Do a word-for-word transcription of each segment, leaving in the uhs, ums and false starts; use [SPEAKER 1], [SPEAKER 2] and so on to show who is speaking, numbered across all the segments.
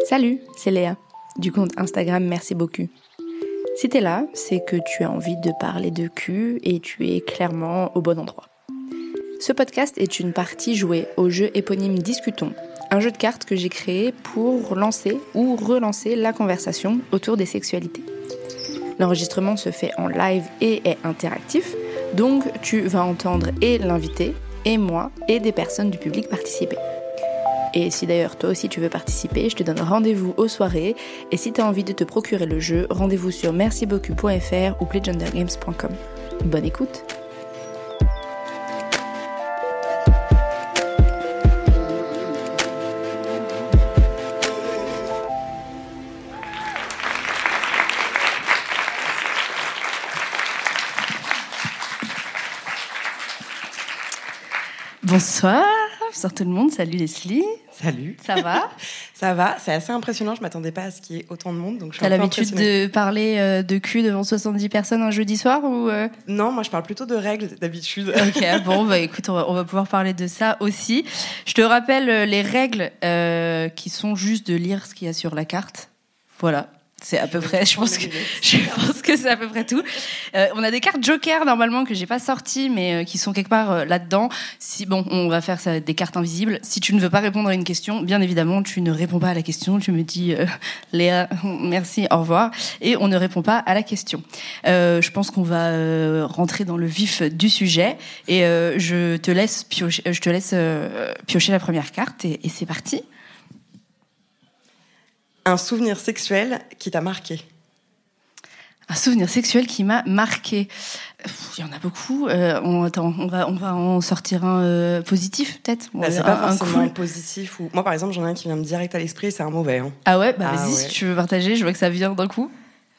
[SPEAKER 1] Salut, c'est Léa, du compte Instagram Merci beaucoup. Si t'es là, c'est que tu as envie de parler de cul et tu es clairement au bon endroit. Ce podcast est une partie jouée au jeu éponyme Discutons, un jeu de cartes que j'ai créé pour lancer ou relancer la conversation autour des sexualités. L'enregistrement se fait en live et est interactif, donc tu vas entendre et l'invité, et moi, et des personnes du public participer. Et si d'ailleurs toi aussi tu veux participer, je te donne rendez-vous aux soirées. Et si tu as envie de te procurer le jeu, rendez-vous sur merci beaucoup point f r ou play gender games point com. Bonne écoute. Bonsoir, bonsoir tout le monde, salut Leslie.
[SPEAKER 2] Salut.
[SPEAKER 1] Ça va?
[SPEAKER 2] Ça va, c'est assez impressionnant, je m'attendais pas à ce qu'il y ait autant de monde. Donc je suis
[SPEAKER 1] T'as
[SPEAKER 2] un peu
[SPEAKER 1] l'habitude de parler euh, de cul devant soixante-dix personnes un jeudi soir ou euh...
[SPEAKER 2] Non, moi je parle plutôt de règles d'habitude.
[SPEAKER 1] Ok, bon, bah écoute, on va, on va pouvoir parler de ça aussi. Je te rappelle euh, les règles euh, qui sont juste de lire ce qu'il y a sur la carte. Voilà. C'est à peu près, je pense que, je pense que c'est à peu près tout. Euh, on a des cartes Joker, normalement, que j'ai pas sorties, mais euh, qui sont quelque part euh, là-dedans. Si, bon, on va faire ça, des cartes invisibles. Si tu ne veux pas répondre à une question, bien évidemment, tu ne réponds pas à la question. Tu me dis, euh, Léa, merci, au revoir. Et on ne répond pas à la question. Euh, je pense qu'on va euh, rentrer dans le vif du sujet. Et euh, je te laisse piocher, je te laisse euh, piocher la première carte et, et c'est parti.
[SPEAKER 2] Un souvenir sexuel qui t'a marqué.
[SPEAKER 1] Un souvenir sexuel qui m'a marqué. Il y en a beaucoup. Euh, on, attends, on va, on va en sortir un euh, positif, peut-être.
[SPEAKER 2] Bah, c'est
[SPEAKER 1] un,
[SPEAKER 2] pas forcément
[SPEAKER 1] un cool.
[SPEAKER 2] Positif. Ou... Moi, par exemple, j'en ai un qui vient me direct à l'esprit, c'est un mauvais. Hein.
[SPEAKER 1] Ah ouais, bah
[SPEAKER 2] ah
[SPEAKER 1] vas-y,
[SPEAKER 2] ouais.
[SPEAKER 1] Si tu veux partager. Je vois que ça vient d'un coup.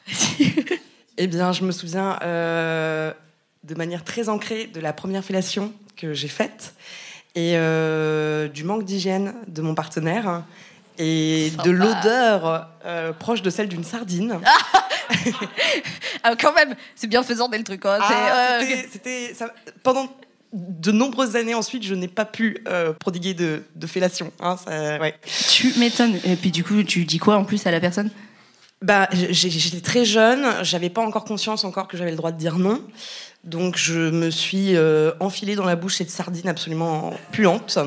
[SPEAKER 2] Eh bien, je me souviens euh, de manière très ancrée de la première fellation que j'ai faite et euh, du manque d'hygiène de mon partenaire. Et
[SPEAKER 1] Sympa.
[SPEAKER 2] De l'odeur euh, proche de celle d'une sardine.
[SPEAKER 1] Ah, quand même, c'est bienfaisant dès le truc. Hein.
[SPEAKER 2] Ah,
[SPEAKER 1] c'est,
[SPEAKER 2] c'était,
[SPEAKER 1] euh...
[SPEAKER 2] c'était ça, pendant de nombreuses années ensuite, je n'ai pas pu euh, prodiguer de, de fellation. Hein, ça, ouais.
[SPEAKER 1] Tu m'étonnes. Et puis du coup, tu dis quoi en plus à la personne?
[SPEAKER 2] Bah, j'ai, j'étais très jeune, j'avais pas encore conscience encore que j'avais le droit de dire non. Donc je me suis euh, enfilée dans la bouche cette sardine absolument puante.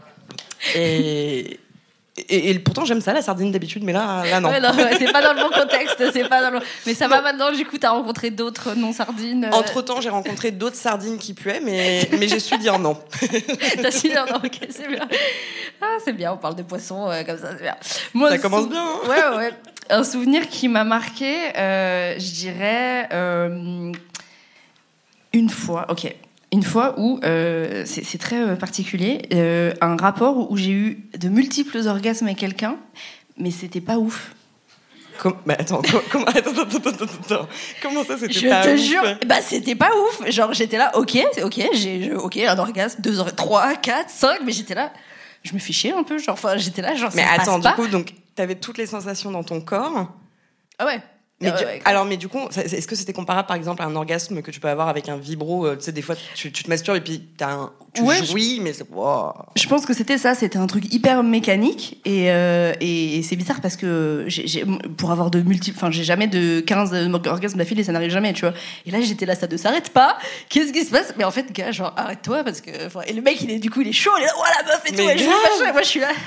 [SPEAKER 2] Et... Et, et pourtant j'aime ça la sardine d'habitude, mais là, là non.
[SPEAKER 1] Ouais, non ouais, c'est pas dans le bon contexte, c'est pas dans le... Mais ça va maintenant. Du coup, t'as rencontré d'autres non sardines. Euh...
[SPEAKER 2] Entre temps, j'ai rencontré d'autres sardines qui puaient, mais mais j'ai su dire non.
[SPEAKER 1] T'as su dire non, ok, c'est bien. Ah, c'est bien. On parle de poissons euh, comme ça, c'est bien. Moi,
[SPEAKER 2] ça commence
[SPEAKER 1] sou...
[SPEAKER 2] bien. Hein.
[SPEAKER 1] Ouais, ouais. Un souvenir qui m'a marqué, euh, je dirais euh, une fois. Ok. Une fois où, euh, c'est, c'est très euh, particulier, euh, un rapport où, où j'ai eu de multiples orgasmes avec quelqu'un, mais c'était pas ouf.
[SPEAKER 2] Com- mais attends, com- com- attends, attends, attends, attends, comment ça c'était
[SPEAKER 1] je
[SPEAKER 2] pas
[SPEAKER 1] te
[SPEAKER 2] ouf?
[SPEAKER 1] jure, bah c'était pas ouf. Genre j'étais là, ok, ok, j'ai, je, ok, un orgasme, deux, or- trois, quatre, cinq, mais j'étais là, je me fais chier un peu, genre, enfin j'étais là, genre.
[SPEAKER 2] Mais
[SPEAKER 1] ça
[SPEAKER 2] attends,
[SPEAKER 1] passe
[SPEAKER 2] du
[SPEAKER 1] pas.
[SPEAKER 2] coup, donc t'avais toutes les sensations dans ton corps.
[SPEAKER 1] Ah ouais.
[SPEAKER 2] Mais
[SPEAKER 1] ouais,
[SPEAKER 2] du...
[SPEAKER 1] ouais,
[SPEAKER 2] alors, mais du coup, est-ce que c'était comparable, par exemple, à un orgasme que tu peux avoir avec un vibro? Tu sais, des fois, tu, tu te masturbes et puis t'as un... tu
[SPEAKER 1] ouais,
[SPEAKER 2] jouis,
[SPEAKER 1] je...
[SPEAKER 2] mais c'est... Wow.
[SPEAKER 1] Je pense que c'était ça, c'était un truc hyper mécanique et, euh, et, et c'est bizarre parce que j'ai, j'ai, pour avoir de multiples... Enfin, j'ai jamais de quinze orgasmes d'affilée, ça n'arrive jamais, tu vois. Et là, j'étais là, ça ne s'arrête pas. Qu'est-ce qui se passe? Mais en fait, gars, genre, arrête-toi parce que... Et le mec, il est, du coup, il est chaud, il est là, oh la meuf et tout, et je veux pas chaud, et moi, je suis là...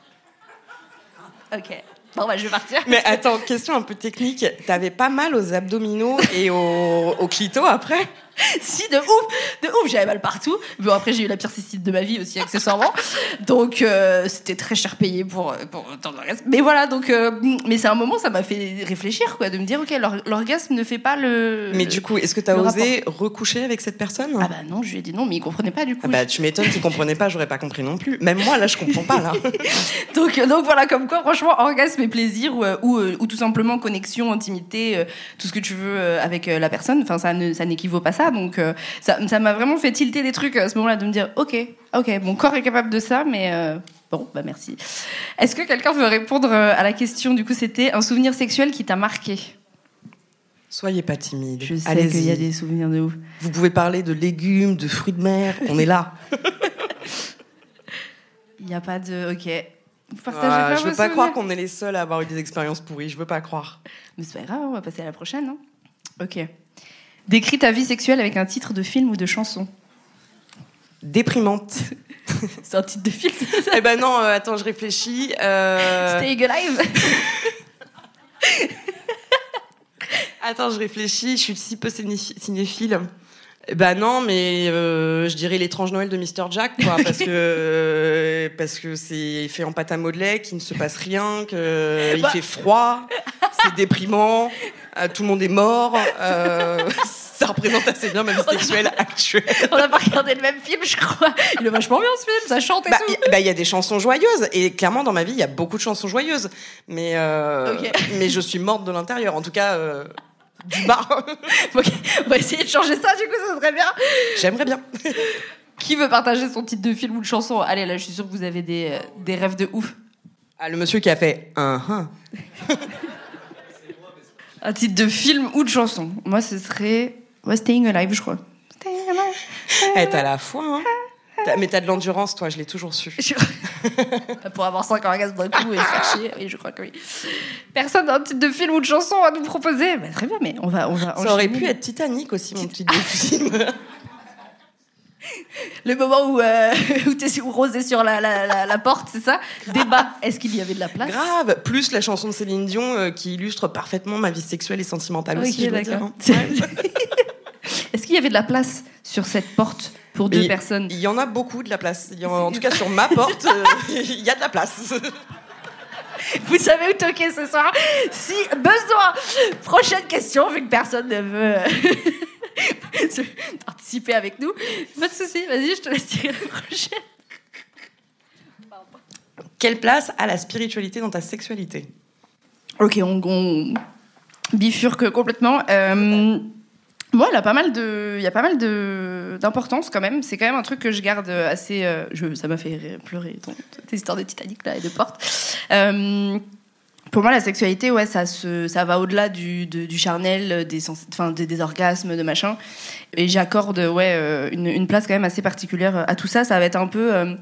[SPEAKER 1] Ok. Bon, bah, je vais partir.
[SPEAKER 2] Mais attends, question un peu technique. T'avais pas mal aux abdominaux et au, au clito après?
[SPEAKER 1] Si, de ouf, de ouf, j'avais mal partout. Bon, après, j'ai eu la pire cystite de ma vie aussi, accessoirement. Donc, euh, c'était très cher payé pour, pour tant d'orgasme. Mais voilà, donc, euh, mais c'est un moment, ça m'a fait réfléchir, quoi, de me dire, ok, l'or- l'orgasme ne fait pas le.
[SPEAKER 2] Mais du coup, est-ce que t'as osé rapport. recoucher avec cette personne?
[SPEAKER 1] Ah bah non, je lui ai dit non, mais il comprenait pas, du coup.
[SPEAKER 2] Ah bah, tu m'étonnes qu'il comprenait pas, j'aurais pas compris non plus. Même moi, là, je comprends pas, là.
[SPEAKER 1] donc, donc voilà, comme quoi, franchement, orgasme et plaisir, ou, ou, ou tout simplement connexion, intimité, euh, tout ce que tu veux euh, avec euh, la personne. Enfin, ça, ne, ça n'équivaut pas ça. Donc, euh, ça, ça m'a vraiment fait tilter des trucs à ce moment-là, de me dire, ok, ok, mon corps est capable de ça, mais euh, bon, bah merci. Est-ce que quelqu'un veut répondre à la question? Du coup, c'était un souvenir sexuel qui t'a marqué?
[SPEAKER 2] Soyez pas timide.
[SPEAKER 1] Je sais
[SPEAKER 2] Allez-y.
[SPEAKER 1] qu'il y a des souvenirs de ouf.
[SPEAKER 2] Vous pouvez parler de légumes, de fruits de mer, on est là.
[SPEAKER 1] Il n'y a pas de... Ok. Vous partagez
[SPEAKER 2] ah,
[SPEAKER 1] pas
[SPEAKER 2] je veux
[SPEAKER 1] vos
[SPEAKER 2] pas
[SPEAKER 1] souvenirs.
[SPEAKER 2] croire qu'on est les seuls à avoir eu des expériences pourries. Je veux pas croire.
[SPEAKER 1] Mais c'est pas grave, on va passer à la prochaine. Hein. Ok. Décris ta vie sexuelle avec un titre de film ou de chanson.
[SPEAKER 2] Déprimante.
[SPEAKER 1] C'est un titre de film.
[SPEAKER 2] Eh ben non, euh, attends, je réfléchis. Euh...
[SPEAKER 1] Staying Alive.
[SPEAKER 2] Attends, je réfléchis. Je suis si peu ciné- cinéphile. Eh ben non, mais euh, je dirais l'étrange Noël de mister Jack, quoi, parce que euh, parce que c'est fait en pâte à modeler, qu'il ne se passe rien, qu'il bah. fait froid, c'est déprimant, euh, tout le monde est mort. Euh, ça représente assez bien ma vie sexuelle actuelle.
[SPEAKER 1] On n'a pas regardé le même film, je crois. Il est vachement bien ce film, ça chante et
[SPEAKER 2] bah,
[SPEAKER 1] tout.
[SPEAKER 2] Il bah, y a des chansons joyeuses, et clairement dans ma vie il y a beaucoup de chansons joyeuses, mais euh, okay. mais je suis morte de l'intérieur, en tout cas. Euh, Du bar.
[SPEAKER 1] Okay. On va essayer de changer ça, du coup, ça serait bien.
[SPEAKER 2] J'aimerais bien.
[SPEAKER 1] Qui veut partager son titre de film ou de chanson ? Allez, là, je suis sûre que vous avez des, euh, des rêves de ouf.
[SPEAKER 2] Ah, le monsieur qui a fait un un.
[SPEAKER 1] Un titre de film ou de chanson. Moi, ce serait ouais, Staying Alive, je crois. Staying Alive.
[SPEAKER 2] Eh, t'as la foi, hein. T'as, mais t'as de l'endurance, toi, je l'ai toujours su.
[SPEAKER 1] Je... Pour avoir cinq orgasmes d'un coup et se faire chier, oui, je crois que oui. Personne n'a un titre de film ou de chanson à nous proposer. Bah, très bien, mais on va, on va.
[SPEAKER 2] Ça enchaîner. Aurait pu être Titanic aussi, mon titre de film.
[SPEAKER 1] Le moment où, euh, où, t'es, où Rose est sur la, la, la, la porte, c'est ça ? Débat. Est-ce qu'il y avait de la place ?
[SPEAKER 2] Grave. Plus la chanson de Céline Dion euh, qui illustre parfaitement ma vie sexuelle et sentimentale
[SPEAKER 1] okay,
[SPEAKER 2] aussi, je
[SPEAKER 1] d'accord.
[SPEAKER 2] veux dire. Hein.
[SPEAKER 1] Est-ce qu'il y avait de la place sur cette porte pour deux
[SPEAKER 2] et
[SPEAKER 1] personnes ?
[SPEAKER 2] Il y en a beaucoup de la place. Il y en, en tout cas, sur ma porte, euh, il y a de la place.
[SPEAKER 1] Vous savez où toquer ce soir ? Si besoin. Prochaine question, vu que personne ne veut participer avec nous. Pas de souci, vas-y, je te laisse tirer la prochaine.
[SPEAKER 2] Quelle place a la spiritualité dans ta sexualité ?
[SPEAKER 1] Ok, on, on bifurque complètement. Euh, Moi, il y a pas mal de, il y a pas mal de d'importance quand même. C'est quand même un truc que je garde assez. Euh, je, ça m'a fait pleurer ton, tes histoires de Titanic là et de porte. Euh, pour moi, la sexualité, ouais, ça se, ça va au-delà du, de, du charnel, des, enfin, des, des orgasmes, de machin. Et j'accorde, ouais, une, une place quand même assez particulière à tout ça. Ça va être un peu. Euh,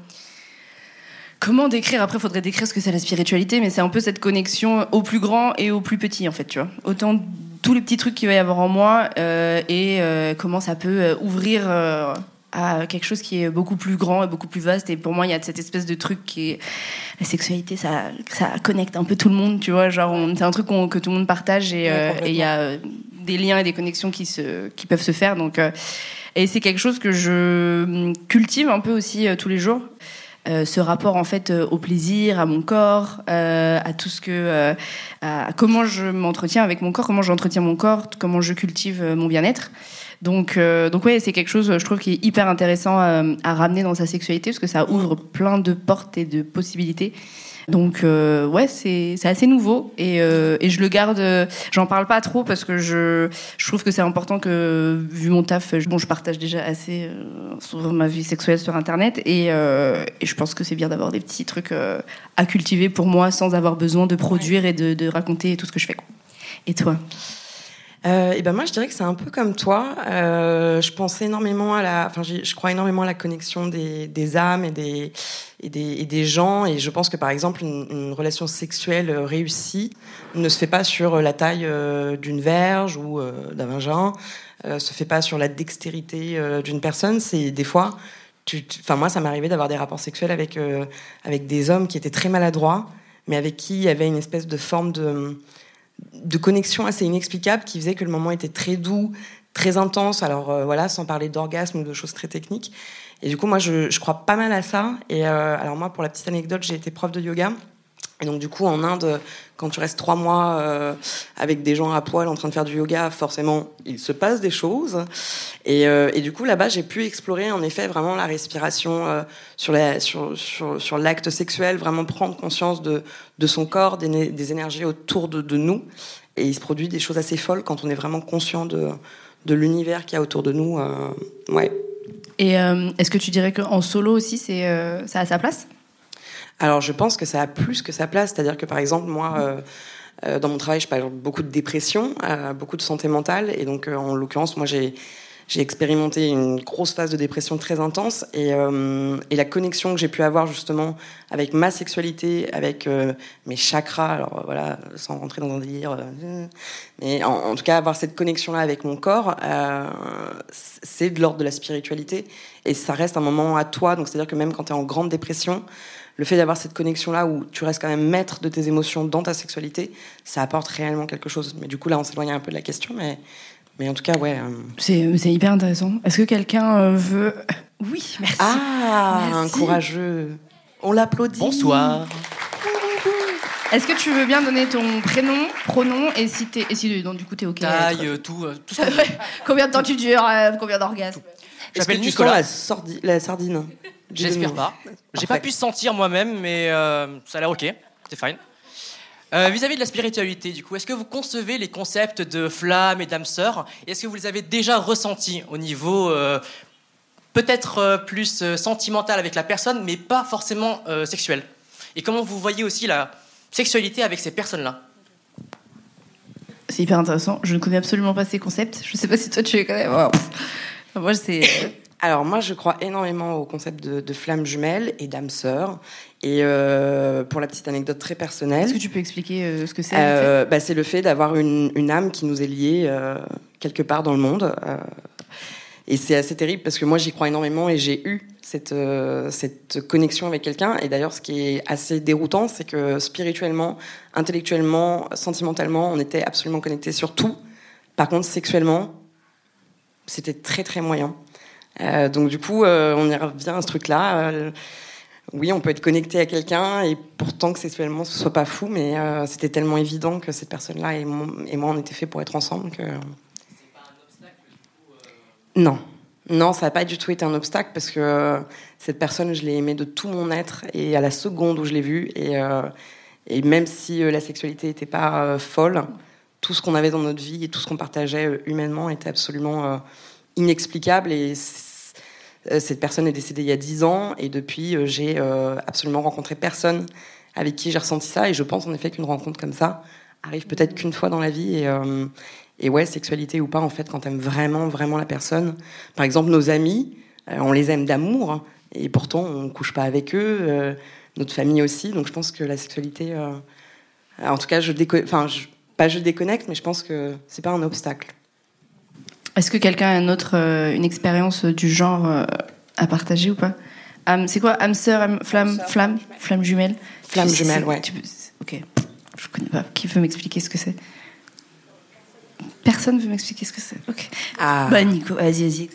[SPEAKER 1] Comment décrire ? Après, il faudrait décrire ce que c'est la spiritualité, mais c'est un peu cette connexion au plus grand et au plus petit, en fait, tu vois. Autant tous les petits trucs qu'il va y avoir en moi euh, et euh, comment ça peut euh, ouvrir euh, à quelque chose qui est beaucoup plus grand et beaucoup plus vaste. Et pour moi, il y a cette espèce de truc qui est... La sexualité, ça, ça connecte un peu tout le monde, tu vois. Genre, on... c'est un truc qu'on, que tout le monde partage et euh, il y a euh, des liens et des connexions qui, se, qui peuvent se faire. Donc, euh, et c'est quelque chose que je cultive un peu aussi euh, tous les jours. Euh, ce rapport en fait euh, au plaisir, à mon corps, euh, à tout ce que, euh, à comment je m'entretiens avec mon corps, comment j'entretiens mon corps, comment je cultive euh, mon bien-être. Donc, euh, donc ouais, c'est quelque chose, je trouve, qui est hyper intéressant euh, à ramener dans sa sexualité parce que ça ouvre plein de portes et de possibilités. Donc euh, ouais, c'est c'est assez nouveau et euh, et je le garde. Euh, j'en parle pas trop parce que je je trouve que c'est important que vu mon taf, je, bon, je partage déjà assez euh, sur ma vie sexuelle sur internet et euh, et je pense que c'est bien d'avoir des petits trucs euh, à cultiver pour moi sans avoir besoin de produire et de de raconter tout ce que je fais. Et toi ?
[SPEAKER 2] Euh, et ben moi je dirais que c'est un peu comme toi. Euh, je pense énormément à la, enfin je crois énormément à la connexion des, des âmes et des, et des et des gens. Et je pense que par exemple une, une relation sexuelle réussie ne se fait pas sur la taille euh, d'une verge ou euh, d'un vagin, euh, se fait pas sur la dextérité euh, d'une personne. C'est des fois, tu, tu, enfin moi ça m'est arrivé d'avoir des rapports sexuels avec euh, avec des hommes qui étaient très maladroits, mais avec qui il y avait une espèce de forme de de connexion assez inexplicable qui faisait que le moment était très doux, très intense, alors euh, voilà, sans parler d'orgasme ou de choses très techniques. Et du coup, moi, je, je crois pas mal à ça. Et euh, alors moi, pour la petite anecdote, j'ai été prof de yoga. Et donc du coup, en Inde, quand tu restes trois mois euh, avec des gens à poil en train de faire du yoga, forcément, il se passe des choses. Et, euh, et du coup, là-bas, j'ai pu explorer, en effet, vraiment la respiration euh, sur, la, sur, sur, sur l'acte sexuel, vraiment prendre conscience de, de son corps, des, des énergies autour de, de nous. Et il se produit des choses assez folles quand on est vraiment conscient de, de l'univers qu'il y a autour de nous. Euh, ouais.
[SPEAKER 1] Et euh, est-ce que tu dirais qu'en solo aussi, c'est, euh, ça a sa place ?
[SPEAKER 2] Alors, je pense que ça a plus que sa place. C'est-à-dire que, par exemple, moi, euh, euh, dans mon travail, je parle beaucoup de dépression, euh, beaucoup de santé mentale. Et donc, euh, en l'occurrence, moi, j'ai, j'ai expérimenté une grosse phase de dépression très intense et, euh, et la connexion que j'ai pu avoir justement avec ma sexualité, avec euh, mes chakras, alors voilà, sans rentrer dans un délire, euh, mais en, en tout cas avoir cette connexion-là avec mon corps, euh, c'est de l'ordre de la spiritualité et ça reste un moment à toi. Donc c'est-à-dire que même quand tu es en grande dépression, le fait d'avoir cette connexion-là où tu restes quand même maître de tes émotions dans ta sexualité, ça apporte réellement quelque chose. Mais du coup, là, on s'éloigne un peu de la question, mais, mais en tout cas, ouais. Euh...
[SPEAKER 1] C'est, c'est hyper intéressant. Est-ce que quelqu'un euh, veut... Oui, merci.
[SPEAKER 2] Ah, merci. Un courageux. On l'applaudit.
[SPEAKER 3] Bonsoir.
[SPEAKER 1] Est-ce que tu veux bien donner ton prénom, pronom, et si t'es... Et si, donc, du coup, t'es OK.
[SPEAKER 3] Taille, euh, tout, euh, tout ce qu'on veut.
[SPEAKER 1] Combien de temps tu dures, euh, combien d'orgasmes?
[SPEAKER 2] J'appelle Nicolas. La, sordi- la sardine.
[SPEAKER 3] J'espère pas. J'ai pas pu sentir moi-même, mais euh, ça a l'air ok. C'est fine. Euh, vis-à-vis de la spiritualité, du coup, est-ce que vous concevez les concepts de flamme et d'âme sœur? Est-ce que vous les avez déjà ressentis au niveau euh, peut-être euh, plus euh, sentimental avec la personne, mais pas forcément euh, sexuel? Et comment vous voyez aussi la sexualité avec ces personnes-là?
[SPEAKER 1] C'est hyper intéressant. Je ne connais absolument pas ces concepts. Je sais pas si toi tu es quand même... Oh. Moi, c'est...
[SPEAKER 2] Alors moi, je crois énormément au concept de, de flamme jumelle et d'âme sœur. Et euh, pour la petite anecdote très personnelle...
[SPEAKER 1] Est-ce que tu peux expliquer euh, ce que c'est
[SPEAKER 2] euh, bah, C'est le fait d'avoir une, une âme qui nous est liée euh, quelque part dans le monde. Euh, et c'est assez terrible parce que moi, j'y crois énormément et j'ai eu cette, euh, cette connexion avec quelqu'un. Et d'ailleurs, ce qui est assez déroutant, c'est que spirituellement, intellectuellement, sentimentalement, on était absolument connectés sur tout. Par contre, sexuellement, c'était très très moyen. Euh, donc du coup, euh, on y revient à ce truc-là. Euh, oui, on peut être connecté à quelqu'un et pourtant que sexuellement ce soit pas fou, mais euh, c'était tellement évident que cette personne-là et, mon, et moi on était faits pour être ensemble que.
[SPEAKER 3] C'est pas un obstacle du coup euh...
[SPEAKER 2] Non, non, ça n'a pas du tout été un obstacle parce que euh, cette personne, je l'ai aimée de tout mon être et à la seconde où je l'ai vue et, euh, et même si euh, la sexualité n'était pas euh, folle, tout ce qu'on avait dans notre vie et tout ce qu'on partageait euh, humainement était absolument euh, inexplicable et cette personne est décédée il y a dix ans et depuis euh, j'ai euh, absolument rencontré personne avec qui j'ai ressenti ça et je pense en effet qu'une rencontre comme ça arrive peut-être qu'une fois dans la vie et, euh, et ouais, sexualité ou pas en fait, quand t'aimes vraiment vraiment la personne, par exemple nos amis, euh, on les aime d'amour et pourtant on couche pas avec eux, euh, notre famille aussi, donc je pense que la sexualité euh, en tout cas je déco- enfin je, pas je déconnecte mais je pense que c'est pas un obstacle.
[SPEAKER 1] Est-ce que quelqu'un a une autre, euh, une expérience du genre euh, à partager ou pas? Am, c'est quoi? Âme sœur, âme, flamme, sœur, flamme, flamme jumelle.
[SPEAKER 2] Flamme
[SPEAKER 1] tu,
[SPEAKER 2] jumelle,
[SPEAKER 1] c'est,
[SPEAKER 2] ouais.
[SPEAKER 1] Tu peux, ok, je connais pas. Qui veut m'expliquer ce que c'est? Personne veut m'expliquer ce que c'est. Ok.
[SPEAKER 2] Ah.
[SPEAKER 1] Bah Nico, vas-y, vas-y.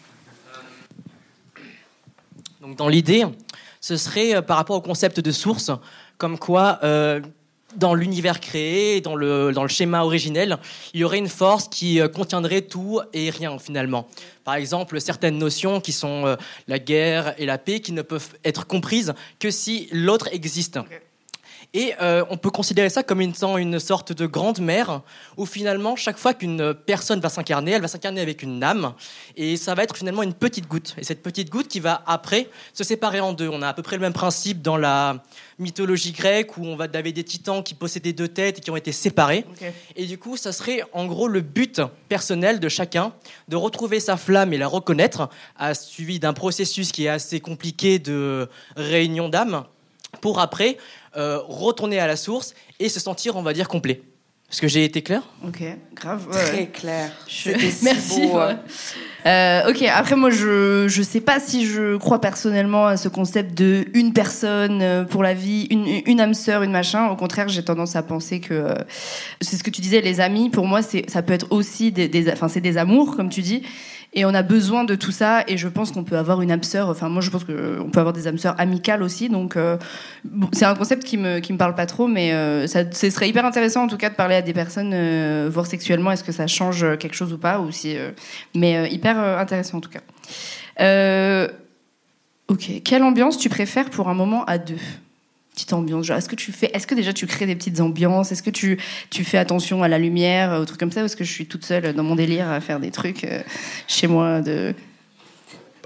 [SPEAKER 3] Donc dans l'idée, ce serait euh, par rapport au concept de source, comme quoi. Euh, Dans l'univers créé, dans le, dans le schéma originel, il y aurait une force qui euh, contiendrait tout et rien finalement. Par exemple, certaines notions qui sont euh, la guerre et la paix qui ne peuvent être comprises que si l'autre existe. Okay. Et euh, on peut considérer ça comme une, une sorte de grande mère où finalement, chaque fois qu'une personne va s'incarner, elle va s'incarner avec une âme et ça va être finalement une petite goutte. Et cette petite goutte qui va après se séparer en deux. On a à peu près le même principe dans la mythologie grecque où on va avait des titans qui possédaient deux têtes et qui ont été séparés. Okay. Et du coup, ça serait en gros le but personnel de chacun de retrouver sa flamme et la reconnaître, suivi d'un processus qui est assez compliqué de réunion d'âme pour après euh, retourner à la source et se sentir, on va dire, complet. Est-ce que j'ai été clair?
[SPEAKER 1] Ok, grave. Ouais,
[SPEAKER 2] Très
[SPEAKER 1] ouais.
[SPEAKER 2] clair.
[SPEAKER 1] Je... Merci. Beau, ouais. Euh, ok, après moi je je sais pas si je crois personnellement à ce concept de une personne pour la vie, une une âme sœur, une machin. Au contraire, j'ai tendance à penser que euh, c'est ce que tu disais, les amis. Pour moi, c'est ça peut être aussi des, des enfin c'est des amours comme tu dis. Et on a besoin de tout ça, et je pense qu'on peut avoir une âme sœur. Enfin, moi, je pense qu'on peut avoir des âmes sœurs amicales aussi. Donc, euh, bon, c'est un concept qui me qui me parle pas trop, mais euh, ça, ce serait hyper intéressant en tout cas de parler à des personnes, euh, voir sexuellement, est-ce que ça change quelque chose ou pas, ou si. Euh, mais euh, hyper euh, intéressant en tout cas. Euh, ok, quelle ambiance tu préfères pour un moment à deux? Petite ambiance, genre, est-ce que tu fais, est-ce que déjà tu crées des petites ambiances, est-ce que tu tu fais attention à la lumière, aux trucs comme ça, ou est-ce que je suis toute seule dans mon délire à faire des trucs euh, chez moi de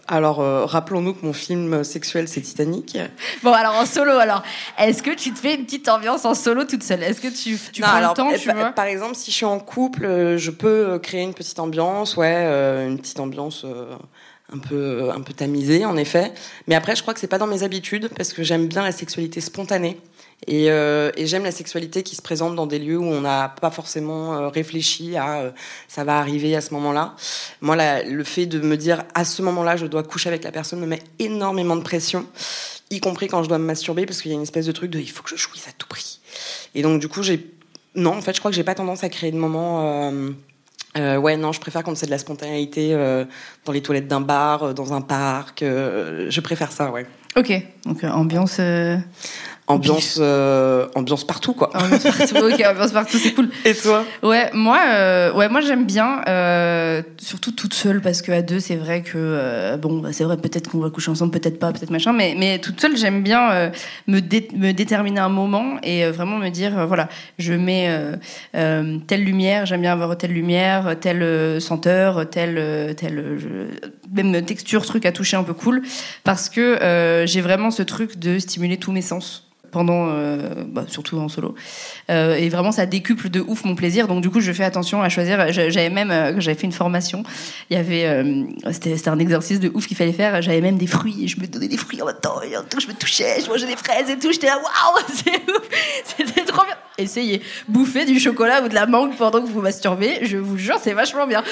[SPEAKER 2] Alors, euh, rappelons-nous que mon film sexuel, c'est Titanic.
[SPEAKER 1] Bon, alors en solo, alors, est-ce que tu te fais une petite ambiance en solo toute seule? Est-ce que tu, tu
[SPEAKER 2] non,
[SPEAKER 1] prends
[SPEAKER 2] alors,
[SPEAKER 1] le temps,
[SPEAKER 2] eh,
[SPEAKER 1] tu
[SPEAKER 2] par,
[SPEAKER 1] vois
[SPEAKER 2] par exemple, si je suis en couple, euh, je peux créer une petite ambiance, ouais, euh, une petite ambiance euh, un peu, un peu tamisée, en effet. Mais après, je crois que c'est pas dans mes habitudes, parce que j'aime bien la sexualité spontanée. Et, euh, et j'aime la sexualité qui se présente dans des lieux où on n'a pas forcément euh, réfléchi à euh, ça va arriver à ce moment-là. Moi, la, le fait de me dire à ce moment-là, je dois coucher avec la personne me met énormément de pression, y compris quand je dois me masturber, parce qu'il y a une espèce de truc de il faut que je jouisse à tout prix. Et donc, du coup, j'ai non, en fait, je crois que j'ai pas tendance à créer de moments. Euh, euh, ouais, non, je préfère quand c'est de la spontanéité euh, dans les toilettes d'un bar, euh, dans un parc. Euh, je préfère ça, ouais.
[SPEAKER 1] Ok, donc euh, ambiance. Euh...
[SPEAKER 2] Ambiance, euh, ambiance partout, quoi.
[SPEAKER 1] Ambiance partout, ok, ambiance partout, c'est cool.
[SPEAKER 2] Et toi?
[SPEAKER 1] Ouais, moi, euh, ouais, moi j'aime bien, euh, surtout toute seule, parce qu'à deux, c'est vrai que, euh, bon, bah, c'est vrai, peut-être qu'on va coucher ensemble, peut-être pas, peut-être machin, mais, mais toute seule, j'aime bien euh, me, dé- me déterminer un moment et euh, vraiment me dire, euh, voilà, je mets euh, euh, telle lumière, j'aime bien avoir telle lumière, telle euh, senteur, telle, euh, telle euh, je, même texture, truc à toucher un peu cool, parce que euh, j'ai vraiment ce truc de stimuler tous mes sens. Pendant, euh, bah, surtout en solo, euh, et vraiment ça décuple de ouf mon plaisir. Donc du coup, je fais attention à choisir. J'avais même, euh, j'avais fait une formation. Il y avait, euh, c'était, c'était un exercice de ouf qu'il fallait faire. J'avais même des fruits et je me donnais des fruits en même temps. Et en tout, je me touchais, je mangeais des fraises et tout. J'étais là, waouh, c'est ouf, c'était trop bien. Essayez, bouffer du chocolat ou de la mangue pendant que vous masturbez. Je vous jure, c'est vachement bien.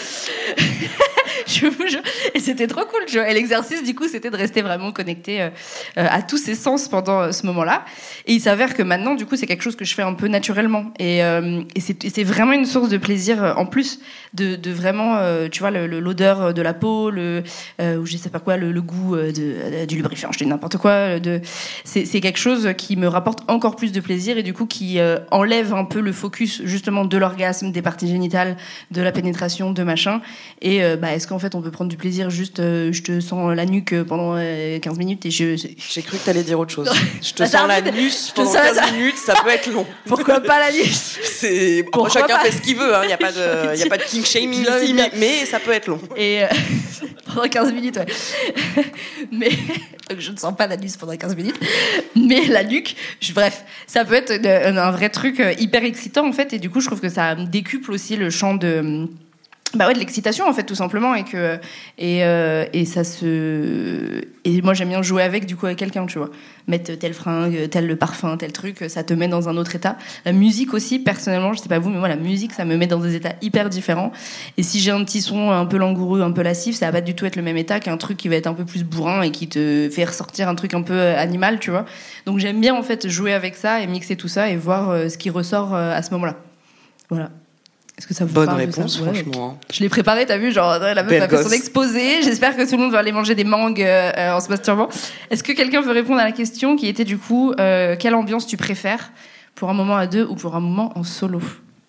[SPEAKER 1] Je vous jure. Et c'était trop cool. Tu vois. Et l'exercice, du coup, c'était de rester vraiment connecté euh, à tous ses sens pendant euh, ce moment-là. Et il s'avère que maintenant, du coup, c'est quelque chose que je fais un peu naturellement. Et, euh, et, c'est, et c'est vraiment une source de plaisir euh, en plus de, de vraiment, euh, tu vois, le, le, l'odeur de la peau, le, euh, ou je sais pas quoi, le, le goût euh, de, du lubrifiant, je dis n'importe quoi. De, c'est, c'est quelque chose qui me rapporte encore plus de plaisir et du coup qui euh, enlève un peu le focus justement de l'orgasme, des parties génitales, de la pénétration, de machin. Et euh, bah, est-ce qu'en fait on peut prendre du plaisir juste, euh, je te sens la nuque pendant euh, quinze minutes et je...
[SPEAKER 2] J'ai cru que t'allais dire autre chose. Je te
[SPEAKER 1] Bah,
[SPEAKER 2] sens la
[SPEAKER 1] de...
[SPEAKER 2] nuque pendant quinze
[SPEAKER 1] ça...
[SPEAKER 2] minutes, ça peut être long.
[SPEAKER 1] Pourquoi pas la nuque?
[SPEAKER 2] C'est... Bon, chacun pas? fait ce qu'il veut, il hein. n'y a pas de, y a pas de king shaming ici, mais, mais ça peut être long.
[SPEAKER 1] Et euh, pendant quinze minutes, ouais. Mais donc je ne sens pas l'anus pendant quinze minutes, mais la nuque, je, bref, ça peut être un, un vrai truc hyper excitant en fait, et du coup je trouve que ça décuple aussi le champ de... Bah ouais, de l'excitation en fait tout simplement, et que et euh, et ça se et moi j'aime bien jouer avec du coup avec quelqu'un, tu vois, mettre telle fringue, tel parfum, tel truc, ça te met dans un autre état. La musique aussi, personnellement, je sais pas vous, mais moi la musique ça me met dans des états hyper différents, et si j'ai un petit son un peu langoureux, un peu lascif, ça va pas du tout être le même état qu'un truc qui va être un peu plus bourrin et qui te fait ressortir un truc un peu animal, tu vois. Donc j'aime bien en fait jouer avec ça et mixer tout ça et voir euh, ce qui ressort euh, à ce moment-là. Voilà. Est-ce que ça vous
[SPEAKER 2] Bonne
[SPEAKER 1] parle
[SPEAKER 2] réponse,
[SPEAKER 1] de ça?
[SPEAKER 2] franchement.
[SPEAKER 1] Ouais. Je l'ai préparé, t'as vu, genre la meuf
[SPEAKER 2] Belle
[SPEAKER 1] a fait
[SPEAKER 2] gosse.
[SPEAKER 1] son exposé. J'espère que tout le monde va aller manger des mangues euh, en se masturbant. Est-ce que quelqu'un veut répondre à la question qui était du coup, euh, quelle ambiance tu préfères pour un moment à deux ou pour un moment en solo?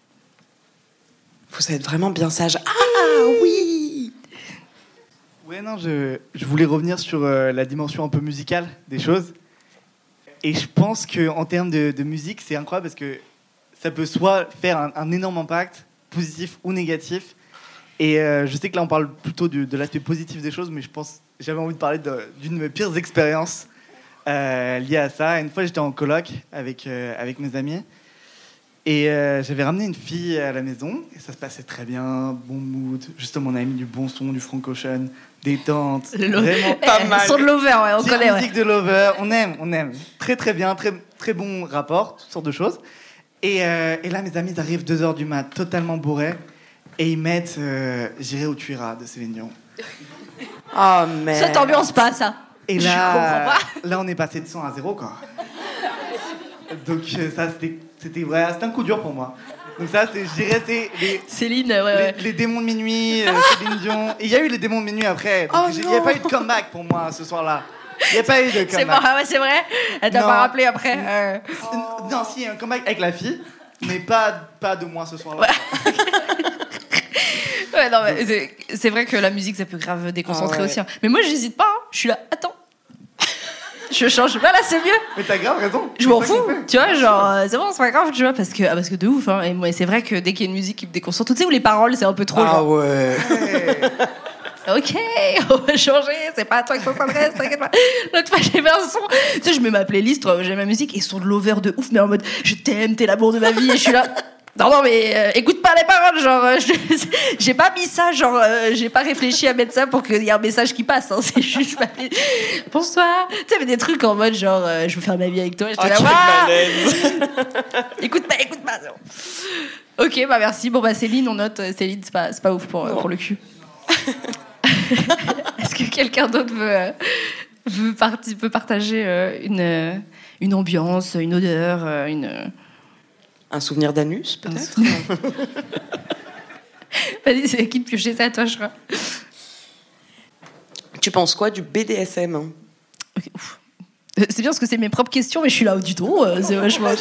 [SPEAKER 2] Faut être vraiment bien sage. Ah oui.
[SPEAKER 4] Ouais, non, je, je voulais revenir sur euh, la dimension un peu musicale des choses. Et je pense qu'en termes de, de musique, c'est incroyable parce que ça peut soit faire un, un énorme impact, positif ou négatif. Et euh, je sais que là, on parle plutôt de, de l'aspect positif des choses, mais je pense, j'avais envie de parler de, d'une de mes pires expériences euh, liées à ça. Une fois, j'étais en coloc avec, euh, avec mes amis. Et euh, j'avais ramené une fille à la maison. Et ça se passait très bien, bon mood. Justement, on avait mis du bon son, du Frank Ocean, détente.
[SPEAKER 1] Lo-
[SPEAKER 4] Vraiment pas
[SPEAKER 1] eh,
[SPEAKER 4] mal.
[SPEAKER 1] Son de Lover, ouais, on
[SPEAKER 4] Petite
[SPEAKER 1] connaît.
[SPEAKER 4] musique
[SPEAKER 1] Ouais.
[SPEAKER 4] de Lover, on aime, on aime. Très très bien, très, très bon rapport, toutes sortes de choses. Et, euh, et là, mes amis arrivent deux heures du mat, totalement bourrés, et ils mettent euh, J'irai où tu iras de Céline Dion.
[SPEAKER 2] Oh merde.
[SPEAKER 1] Ça t'ambiance pas, ça?
[SPEAKER 4] Et
[SPEAKER 1] Je
[SPEAKER 4] là,
[SPEAKER 1] comprends pas.
[SPEAKER 4] là, on est passé de cent à zéro, quoi. Donc euh, ça, c'était, c'était, ouais, c'était un coup dur pour moi. Donc ça, c'est, je dirais, c'est les,
[SPEAKER 1] Céline, ouais, ouais.
[SPEAKER 4] les, les démons de minuit, euh, Céline Dion. Et il y a eu les démons de minuit après. Donc
[SPEAKER 2] Oh
[SPEAKER 4] il n'y a pas eu de comeback pour moi ce soir-là. Il n'y a pas eu de comeback.
[SPEAKER 1] C'est bon, ah ouais, c'est vrai. Elle t'a
[SPEAKER 4] Non.
[SPEAKER 1] pas rappelé après. euh.
[SPEAKER 4] Oh. Non, si, un comeback avec la fille, mais pas, pas de moi ce soir-là.
[SPEAKER 1] Ouais. Ouais, non, mais c'est, c'est vrai que la musique, ça peut grave déconcentrer
[SPEAKER 2] Ah ouais.
[SPEAKER 1] aussi. Hein. Mais moi, j'hésite pas. Hein. Je suis là, attends. Je change pas, là, c'est mieux.
[SPEAKER 4] Mais t'as grave raison.
[SPEAKER 1] Je m'en fous. Tu vois, genre, euh, c'est bon, c'est pas grave, tu vois, parce que, ah, parce que de ouf. Hein. Et moi, c'est vrai que dès qu'il y a une musique qui me déconcentre, tu sais, où les paroles, c'est un peu trop.
[SPEAKER 2] Ah
[SPEAKER 1] genre.
[SPEAKER 2] ouais.
[SPEAKER 4] Ouais.
[SPEAKER 1] Ok, on va changer, c'est pas à toi que ça s'adresse, t'inquiète pas. L'autre fois, j'ai fait un son. Tu sais, je mets ma playlist, j'ai ma musique, et son de l'over de ouf, mais en mode je t'aime, t'es l'amour de ma vie, et je suis là. Non, non, mais euh, écoute pas les paroles, genre, euh, je, j'ai pas mis ça, genre, euh, j'ai pas réfléchi à mettre ça pour qu'il y ait un message qui passe, hein, c'est juste pas. Bonsoir. Tu sais, mais des trucs en mode genre, euh, je veux faire ma vie avec toi, j'étais là, waouh. Écoute pas, écoute pas, c'est bon. Ok, bah merci. Bon, bah Céline, on note, Céline, c'est pas, c'est pas ouf pour, pour le cul. Est-ce que quelqu'un d'autre veut, euh, veut, parti, peut partager euh, une, une ambiance, une odeur, euh, une.
[SPEAKER 2] Un souvenir d'anus, peut-être.
[SPEAKER 1] Vas-y, c'est qui de piocher ça à toi, je crois.
[SPEAKER 2] Tu penses quoi du B D S M?
[SPEAKER 1] Okay, ouf. C'est bien parce que c'est mes propres questions, mais je suis là, du tout. Euh, c'est vachement.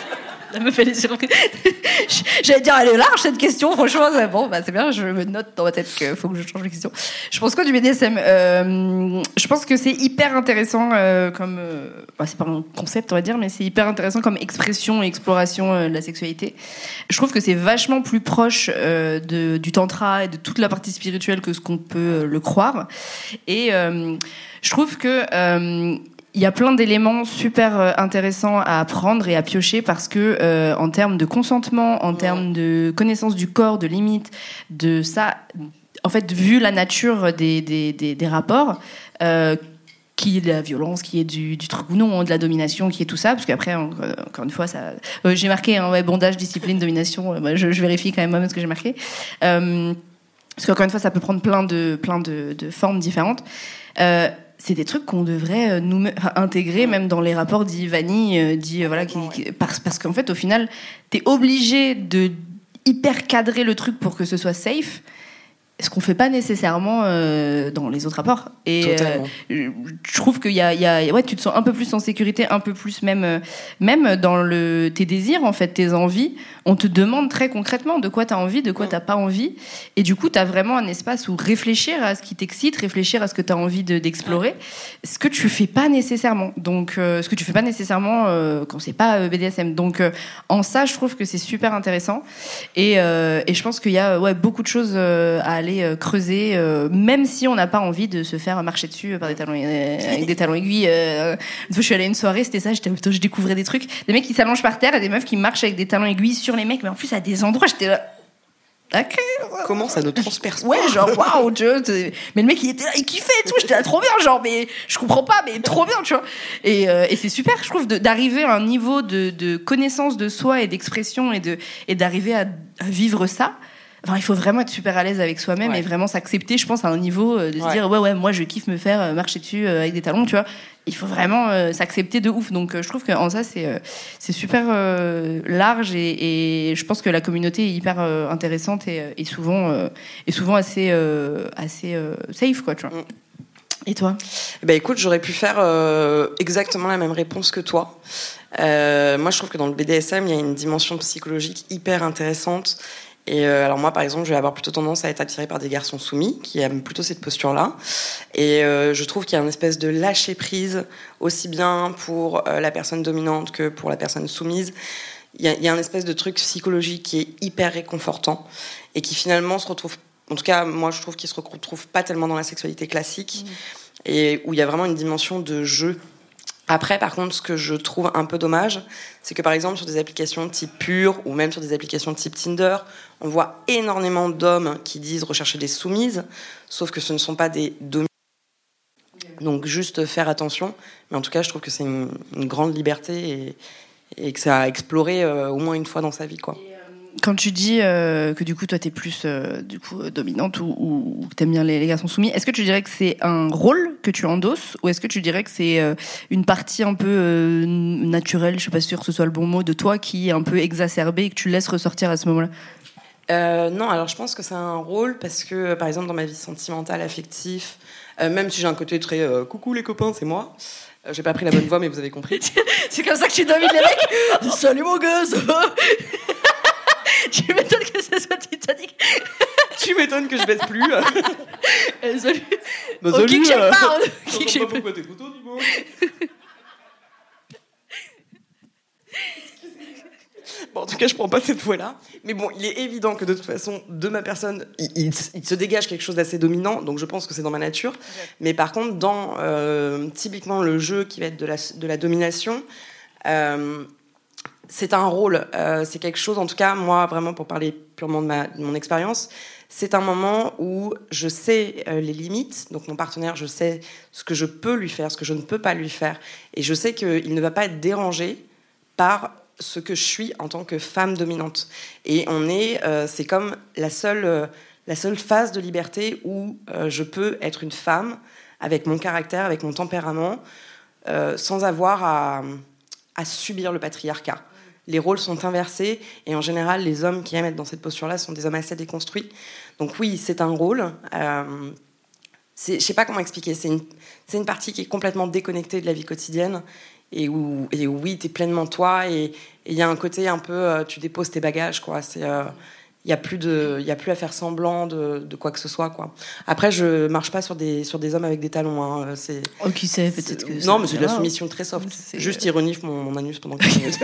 [SPEAKER 1] Ça me fait des surprises. J'allais dire, elle est large cette question, franchement. C'est bon, bah, c'est bien, je me note dans ma tête qu'il faut que je change de question. Je pense quoi du B D S M? euh, Je pense que c'est hyper intéressant euh, comme. Euh, bah, c'est pas un concept, on va dire, mais c'est hyper intéressant comme expression et exploration euh, de la sexualité. Je trouve que c'est vachement plus proche euh, de, du tantra et de toute la partie spirituelle que ce qu'on peut euh, le croire. Et euh, je trouve que. Euh, Il y a plein d'éléments super euh, intéressants à apprendre et à piocher parce que euh, en termes de consentement, en termes de connaissance du corps, de limites, de ça, en fait, vu la nature des des des, des rapports, euh, qui est de la violence, qui est du, du truc ou non, de la domination, qui est tout ça, parce qu'après, encore une fois, ça, euh, j'ai marqué hein, ouais, bondage, discipline, domination. Euh, bah, je, je vérifie quand même moi-même ce que j'ai marqué, euh, parce qu'encore une fois, ça peut prendre plein de plein de, de formes différentes. Euh, c'est des trucs qu'on devrait nous enfin, intégrer même dans les rapports dits vanille, euh, dits euh, voilà, qui, qui, parce, parce qu'en fait au final t'es obligé de hyper cadrer le truc pour que ce soit safe, ce qu'on fait pas nécessairement euh, dans les autres rapports. Et euh, je trouve qu'il y a, il y a, ouais, tu te sens un peu plus en sécurité, un peu plus même, euh, même dans le, tes désirs, en fait, tes envies. On te demande très concrètement de quoi t'as envie, de quoi t'as pas envie. Et du coup, t'as vraiment un espace où réfléchir à ce qui t'excite, réfléchir à ce que t'as envie de, d'explorer. Ce que tu fais pas nécessairement. Donc, euh, ce que tu fais pas nécessairement euh, quand c'est pas euh, B D S M. Donc, euh, en ça, je trouve que c'est super intéressant. Et, euh, et je pense qu'il y a ouais, beaucoup de choses euh, à aller euh, creuser, euh, même si on n'a pas envie de se faire marcher dessus par des talons, euh, avec des talons aiguilles. Euh, une fois, je suis allée à une soirée, c'était ça, j'étais, je découvrais des trucs. Des mecs qui s'allongent par terre et des meufs qui marchent avec des talons aiguilles sur les mecs, mais en plus, à des endroits, j'étais là. Okay.
[SPEAKER 2] Comment ça ne transperce pas?
[SPEAKER 1] Ouais, genre, waouh, tu vois. Mais le mec, il était là, il kiffait et tout. J'étais là, trop bien, genre, mais je comprends pas, mais trop bien, tu vois. Et, euh, et c'est super, je trouve, de, d'arriver à un niveau de, de connaissance de soi et d'expression et, de, et d'arriver à, à vivre ça. Enfin, il faut vraiment être super à l'aise avec soi-même ouais. et vraiment s'accepter, je pense, à un niveau euh, de se ouais. dire, ouais, ouais, moi, je kiffe me faire euh, marcher dessus euh, avec des talons, tu vois. Il faut vraiment euh, s'accepter de ouf. Donc, euh, je trouve qu'en ça, c'est, euh, c'est super euh, large et, et je pense que la communauté est hyper euh, intéressante et, et, souvent, euh, et souvent assez, euh, assez euh, safe, quoi, tu vois. Mm. Et toi?
[SPEAKER 2] Bah, écoute, j'aurais pu faire euh, exactement la même réponse que toi. Euh, moi, je trouve que dans le B D S M, il y a une dimension psychologique hyper intéressante. Et euh, alors moi, par exemple, je vais avoir plutôt tendance à être attirée par des garçons soumis qui aiment plutôt cette posture-là. Et euh, je trouve qu'il y a une espèce de lâcher prise aussi bien pour euh, la personne dominante que pour la personne soumise. Il y a, il y a une espèce de truc psychologique qui est hyper réconfortant et qui finalement se retrouve, en tout cas moi je trouve qu'il se retrouve pas tellement dans la sexualité classique mmh. et où il y a vraiment une dimension de jeu. Après, par contre, ce que je trouve un peu dommage, c'est que par exemple sur des applications type Pure ou même sur des applications type Tinder, on voit énormément d'hommes qui disent rechercher des soumises, sauf que ce ne sont pas des dominants. Donc juste faire attention. Mais en tout cas, je trouve que c'est une, une grande liberté et, et que ça a exploré euh, au moins une fois dans sa vie, quoi.
[SPEAKER 1] Quand tu dis euh, que du coup toi t'es plus euh, du coup dominante ou, ou, ou que t'aimes bien les, les garçons soumis, est-ce que tu dirais que c'est un rôle que tu endosses ou est-ce que tu dirais que c'est euh, une partie un peu euh, naturelle, je suis pas sûre que ce soit le bon mot, de toi qui est un peu exacerbée et que tu laisses ressortir à ce moment-là?
[SPEAKER 2] Euh, non, alors je pense que c'est un rôle parce que par exemple dans ma vie sentimentale, affective, euh, même si j'ai un côté très euh, coucou les copains, c'est moi. Euh, j'ai pas pris la bonne voix mais vous avez compris.
[SPEAKER 1] C'est comme ça que tu domines les mecs. Salut mon gosse. Tu m'étonnes que ce soit Titanic.
[SPEAKER 2] Tu m'étonnes que je baisse plus.
[SPEAKER 1] euh, salut.
[SPEAKER 2] Bah, salut.
[SPEAKER 1] Au kick, j'aime pas.
[SPEAKER 2] Je sais pas pourquoi tes photos, dis-moi. Bon, en tout cas, je prends pas cette voie-là. Mais bon, il est évident que de toute façon, de ma personne, il, il, il se dégage quelque chose d'assez dominant. Donc, je pense que c'est dans ma nature. Okay. Mais par contre, dans euh, typiquement le jeu qui va être de la, de la domination, euh, c'est un rôle. Euh, c'est quelque chose, en tout cas, moi, vraiment, pour parler purement de, ma, de mon expérience, c'est un moment où je sais euh, les limites. Donc, mon partenaire, je sais ce que je peux lui faire, ce que je ne peux pas lui faire. Et je sais qu'il ne va pas être dérangé par ce que je suis en tant que femme dominante. Et on est, euh, c'est comme la seule, euh, la seule phase de liberté où euh, je peux être une femme avec mon caractère, avec mon tempérament, euh, sans avoir à, à subir le patriarcat. Les rôles sont inversés et en général, les hommes qui aiment être dans cette posture-là sont des hommes assez déconstruits. Donc oui, c'est un rôle. Euh, c'est, je sais pas comment expliquer. C'est une, c'est une partie qui est complètement déconnectée de la vie quotidienne. Et où, et où oui, t'es pleinement toi, et il y a un côté un peu, euh, tu déposes tes bagages, quoi. C'est, il euh, y a plus de, il y a plus à faire semblant de, de quoi que ce soit, quoi. Après, je marche pas sur des, sur des hommes avec des talons, hein. C'est.
[SPEAKER 1] Oh, qui sait, peut-être que.
[SPEAKER 2] Non, mais c'est de la soumission très soft. C'est... Juste ironie mon, mon anus pendant quinze minutes.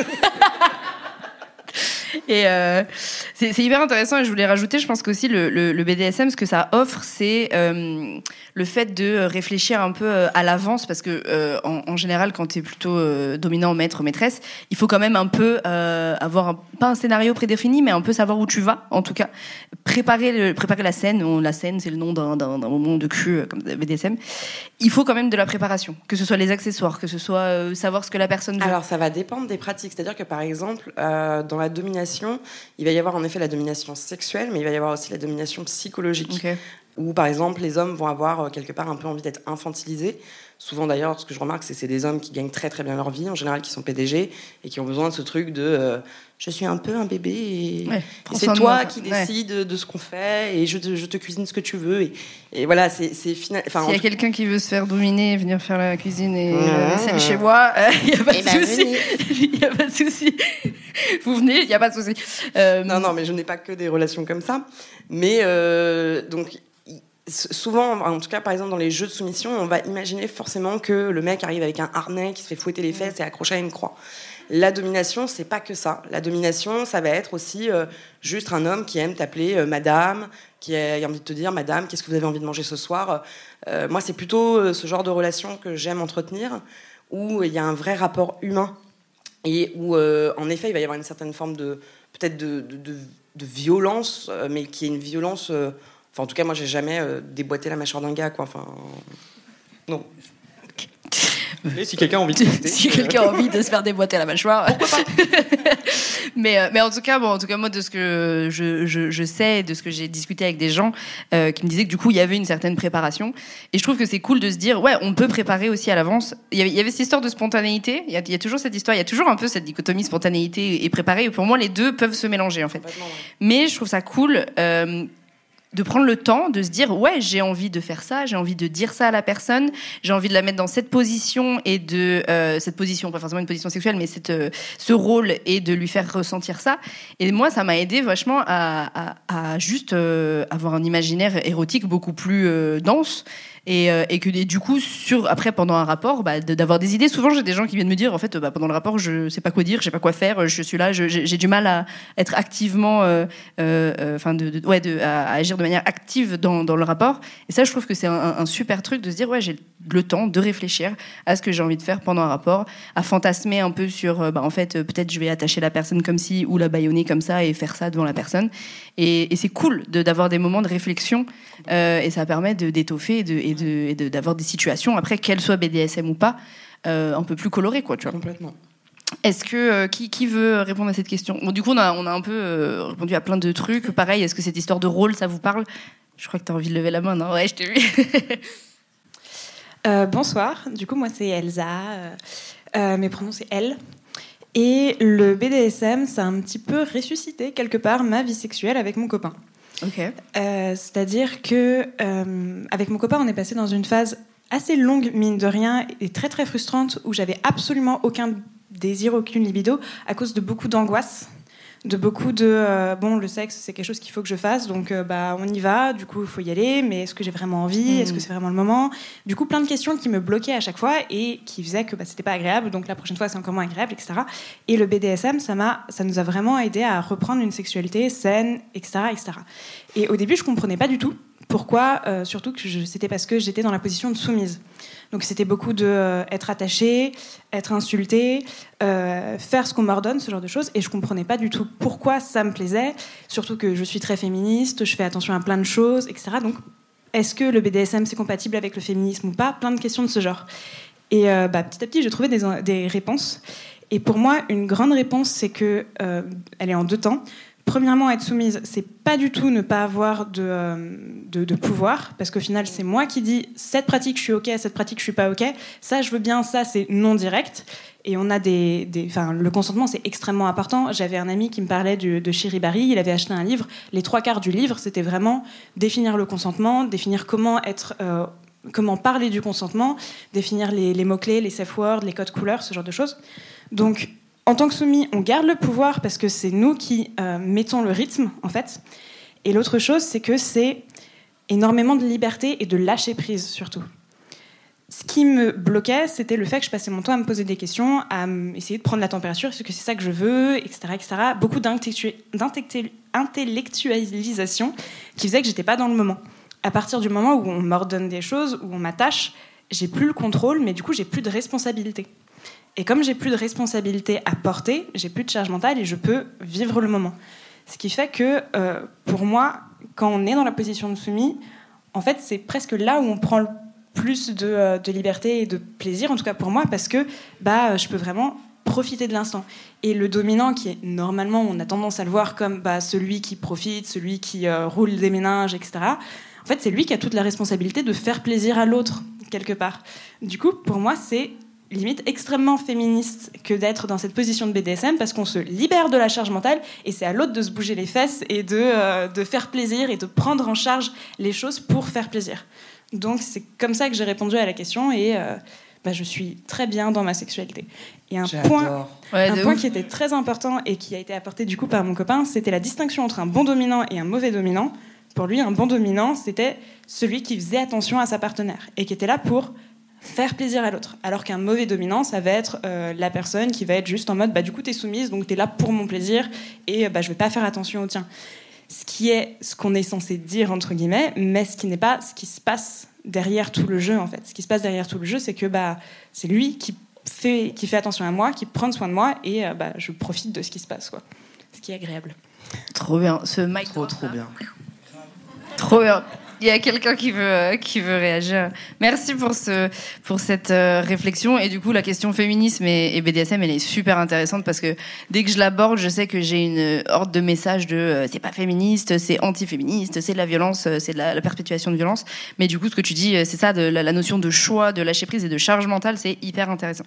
[SPEAKER 1] Et euh, c'est, c'est hyper intéressant, et je voulais rajouter, je pense qu'aussi le, le, le B D S M, ce que ça offre, c'est euh, le fait de réfléchir un peu à l'avance, parce que euh, en, en général, quand tu es plutôt euh, dominant, maître, maîtresse, il faut quand même un peu euh, avoir un, pas un scénario prédéfini, mais un peu savoir où tu vas, en tout cas préparer, le, préparer la scène. On, la scène, c'est le nom d'un, d'un, d'un moment de cul comme B D S M. Il faut quand même de la préparation, que ce soit les accessoires, que ce soit euh, savoir ce que la personne veut.
[SPEAKER 2] Alors ça va dépendre des pratiques, c'est-à-dire que par exemple euh, dans la domination, il va y avoir en effet la domination sexuelle, mais il va y avoir aussi la domination psychologique.
[SPEAKER 1] Okay.
[SPEAKER 2] Où par exemple les hommes vont avoir quelque part un peu envie d'être infantilisés. Souvent d'ailleurs, ce que je remarque, c'est que c'est des hommes qui gagnent très très bien leur vie, en général qui sont P D G et qui ont besoin de ce truc de euh, je suis un peu un bébé et,
[SPEAKER 1] ouais,
[SPEAKER 2] et c'est toi moi, qui
[SPEAKER 1] ouais.
[SPEAKER 2] décides de ce qu'on fait et je te, je te cuisine ce que tu veux et, et voilà, c'est, c'est final. Enfin,
[SPEAKER 1] s'il y a
[SPEAKER 2] tout...
[SPEAKER 1] quelqu'un qui veut se faire dominer et venir faire la cuisine et mmh. la vaisselle chez moi, il euh, n'y a pas et de souci. Il n'y a pas de souci. Vous venez, il n'y a pas de souci.
[SPEAKER 2] Euh... Non, non, mais je n'ai pas que des relations comme ça. Mais euh, donc. Souvent, en tout cas, par exemple, dans les jeux de soumission, on va imaginer forcément que le mec arrive avec un harnais, qui se fait fouetter les fesses et accroché à une croix. La domination, c'est pas que ça. La domination, ça va être aussi euh, juste un homme qui aime t'appeler euh, madame, qui a envie de te dire madame, qu'est-ce que vous avez envie de manger ce soir. euh, Moi, c'est plutôt euh, ce genre de relation que j'aime entretenir, où il y a un vrai rapport humain et où, euh, en effet, il va y avoir une certaine forme de peut-être de, de, de, de violence, euh, mais qui est une violence. Euh, Enfin, en tout cas, moi, j'ai jamais euh, déboîté la mâchoire d'un gars, quoi. Enfin, non. Mais si quelqu'un a envie de
[SPEAKER 1] si quelqu'un a envie de se faire déboîter la mâchoire,
[SPEAKER 2] pourquoi pas.
[SPEAKER 1] mais euh, mais en tout cas, bon, en tout cas, moi, de ce que je je, je sais, de ce que j'ai discuté avec des gens euh, qui me disaient que du coup, il y avait une certaine préparation. Et je trouve que c'est cool de se dire, ouais, on peut préparer aussi à l'avance. Il y avait, il y avait cette histoire de spontanéité. Il y a, il y a toujours cette histoire. Il y a toujours un peu cette dichotomie spontanéité et préparé. Et pour moi, les deux peuvent se mélanger, en fait.
[SPEAKER 2] Ouais.
[SPEAKER 1] Mais je trouve ça cool. Euh, de prendre le temps de se dire ouais, j'ai envie de faire ça, j'ai envie de dire ça à la personne, j'ai envie de la mettre dans cette position et de euh, cette position, pas forcément une position sexuelle, mais cette euh, ce rôle et de lui faire ressentir ça. Et moi, ça m'a aidé vachement à, à, à juste euh, avoir un imaginaire érotique beaucoup plus euh, dense. Et, euh, et que et du coup sur après pendant un rapport bah, de, d'avoir des idées. Souvent j'ai des gens qui viennent me dire en fait bah, pendant le rapport je sais pas quoi dire, je sais pas quoi faire, je suis là, je, j'ai, j'ai du mal à être activement euh, euh, enfin de, de ouais de à, à agir de manière active dans dans le rapport. Et ça je trouve que c'est un, un super truc de se dire ouais, j'ai le temps de réfléchir à ce que j'ai envie de faire pendant un rapport, à fantasmer un peu sur bah en fait peut-être je vais attacher la personne comme ci ou la bâillonner comme ça et faire ça devant la personne. Et, et c'est cool de d'avoir des moments de réflexion euh, et ça permet de d'étoffer et de et de, et de, d'avoir des situations, après, qu'elles soient B D S M ou pas, euh, un peu plus colorées, quoi, tu vois.
[SPEAKER 2] Complètement.
[SPEAKER 1] Est-ce que, euh, qui, qui veut répondre à cette question ? Bon, du coup, on a, on a un peu euh, répondu à plein de trucs. Pareil, est-ce que cette histoire de rôle, ça vous parle ? Je crois que tu as envie de lever la main, non ? Ouais, je t'ai vu.
[SPEAKER 5] euh, bonsoir, du coup, moi, c'est Elsa. Euh, euh, mes pronoms, c'est elle. Et le B D S M, ça a un petit peu ressuscité, quelque part, ma vie sexuelle avec mon copain.
[SPEAKER 1] Okay.
[SPEAKER 5] Euh, c'est-à-dire que euh, avec mon copain, on est passé dans une phase assez longue, mine de rien, et très très frustrante, où j'avais absolument aucun désir, aucune libido, à cause de beaucoup d'angoisse. de beaucoup de euh, bon, le sexe c'est quelque chose qu'il faut que je fasse, donc euh, bah on y va, du coup il faut y aller, mais est-ce que j'ai vraiment envie, mmh. est-ce que c'est vraiment le moment, du coup plein de questions qui me bloquaient à chaque fois et qui faisaient que bah, c'était pas agréable, donc la prochaine fois c'est encore moins agréable, et cetera. Et le B D S M ça m'a, ça nous a vraiment aidé à reprendre une sexualité saine, et cetera, et cetera. Et au début je comprenais pas du tout pourquoi, euh, surtout que je, c'était parce que j'étais dans la position de soumise. Donc c'était beaucoup de euh, être attaché, être insulté, euh, faire ce qu'on m'ordonne, ce genre de choses. Et je comprenais pas du tout pourquoi ça me plaisait. Surtout que je suis très féministe, je fais attention à plein de choses, et cetera. Donc est-ce que le B D S M c'est compatible avec le féminisme ou pas ? Plein de questions de ce genre. Et euh, bah, petit à petit j'ai trouvé des, des réponses. Et pour moi une grande réponse c'est que euh, elle est en deux temps. Premièrement, être soumise, c'est pas du tout ne pas avoir de, euh, de, de pouvoir, parce qu'au final, c'est moi qui dis cette pratique, je suis OK, cette pratique, je suis pas OK. Ça, je veux bien, ça, c'est non direct. Et on a des, des, enfin, le consentement, c'est extrêmement important. J'avais un ami qui me parlait du, de Chiribari. Il avait acheté un livre. Les trois quarts du livre, c'était vraiment définir le consentement, définir comment être, euh, comment parler du consentement, définir les, les mots clés, les safe words, les codes couleurs, ce genre de choses. Donc en tant que soumis, on garde le pouvoir parce que c'est nous qui euh, mettons le rythme, en fait. Et l'autre chose, c'est que c'est énormément de liberté et de lâcher prise, surtout. Ce qui me bloquait, c'était le fait que je passais mon temps à me poser des questions, à essayer de prendre la température, est-ce que c'est ça que je veux, et cetera, et cetera. Beaucoup d'intellectualisation qui faisait que j'étais pas dans le moment. À partir du moment où on m'ordonne des choses, où on m'attache, j'ai plus le contrôle, mais du coup, j'ai plus de responsabilité. Et comme j'ai plus de responsabilité à porter, j'ai plus de charge mentale et je peux vivre le moment. Ce qui fait que, euh, pour moi, quand on est dans la position de soumis, en fait, c'est presque là où on prend le plus de, euh, de liberté et de plaisir, en tout cas pour moi, parce que bah, je peux vraiment profiter de l'instant. Et le dominant, qui est normalement, on a tendance à le voir comme bah, celui qui profite, celui qui euh, roule des méninges, et cetera. En fait, c'est lui qui a toute la responsabilité de faire plaisir à l'autre, quelque part. Du coup, pour moi, c'est limite extrêmement féministe que d'être dans cette position de B D S M parce qu'on se libère de la charge mentale et c'est à l'autre de se bouger les fesses et de, euh, de faire plaisir et de prendre en charge les choses pour faire plaisir. Donc c'est comme ça que j'ai répondu à la question et euh, bah, je suis très bien dans ma sexualité. Et un
[SPEAKER 2] J'adore.
[SPEAKER 5] point,
[SPEAKER 6] Ouais,
[SPEAKER 5] un
[SPEAKER 6] de
[SPEAKER 5] point
[SPEAKER 6] ouf.
[SPEAKER 5] qui était très important et qui a été apporté du coup par mon copain, c'était la distinction entre un bon dominant et un mauvais dominant. Pour lui, un bon dominant, c'était celui qui faisait attention à sa partenaire et qui était là pour faire plaisir à l'autre. Alors qu'un mauvais dominant, ça va être euh, la personne qui va être juste en mode bah, du coup, t'es soumise, donc t'es là pour mon plaisir et bah, je vais pas faire attention au tien. Ce qui est ce qu'on est censé dire, entre guillemets, mais ce qui n'est pas ce qui se passe derrière tout le jeu, en fait. Ce qui se passe derrière tout le jeu, c'est que bah, c'est lui qui fait, qui fait attention à moi, qui prend soin de moi et euh, bah, je profite de ce qui se passe, quoi. Ce qui est agréable.
[SPEAKER 6] Trop bien. Ce mic
[SPEAKER 2] Trop, trop bien.
[SPEAKER 6] Trop bien. Il y a quelqu'un qui veut, qui veut réagir. Merci pour, ce, pour cette euh, réflexion. Et du coup, la question féminisme et, et B D S M, elle est super intéressante parce que dès que je l'aborde, je sais que j'ai une horde de messages de euh, c'est pas féministe, c'est anti-féministe, c'est de la violence, c'est de la, la perpétuation de violence. Mais du coup, ce que tu dis, c'est ça, de la, la notion de choix, de lâcher prise et de charge mentale, c'est hyper intéressant.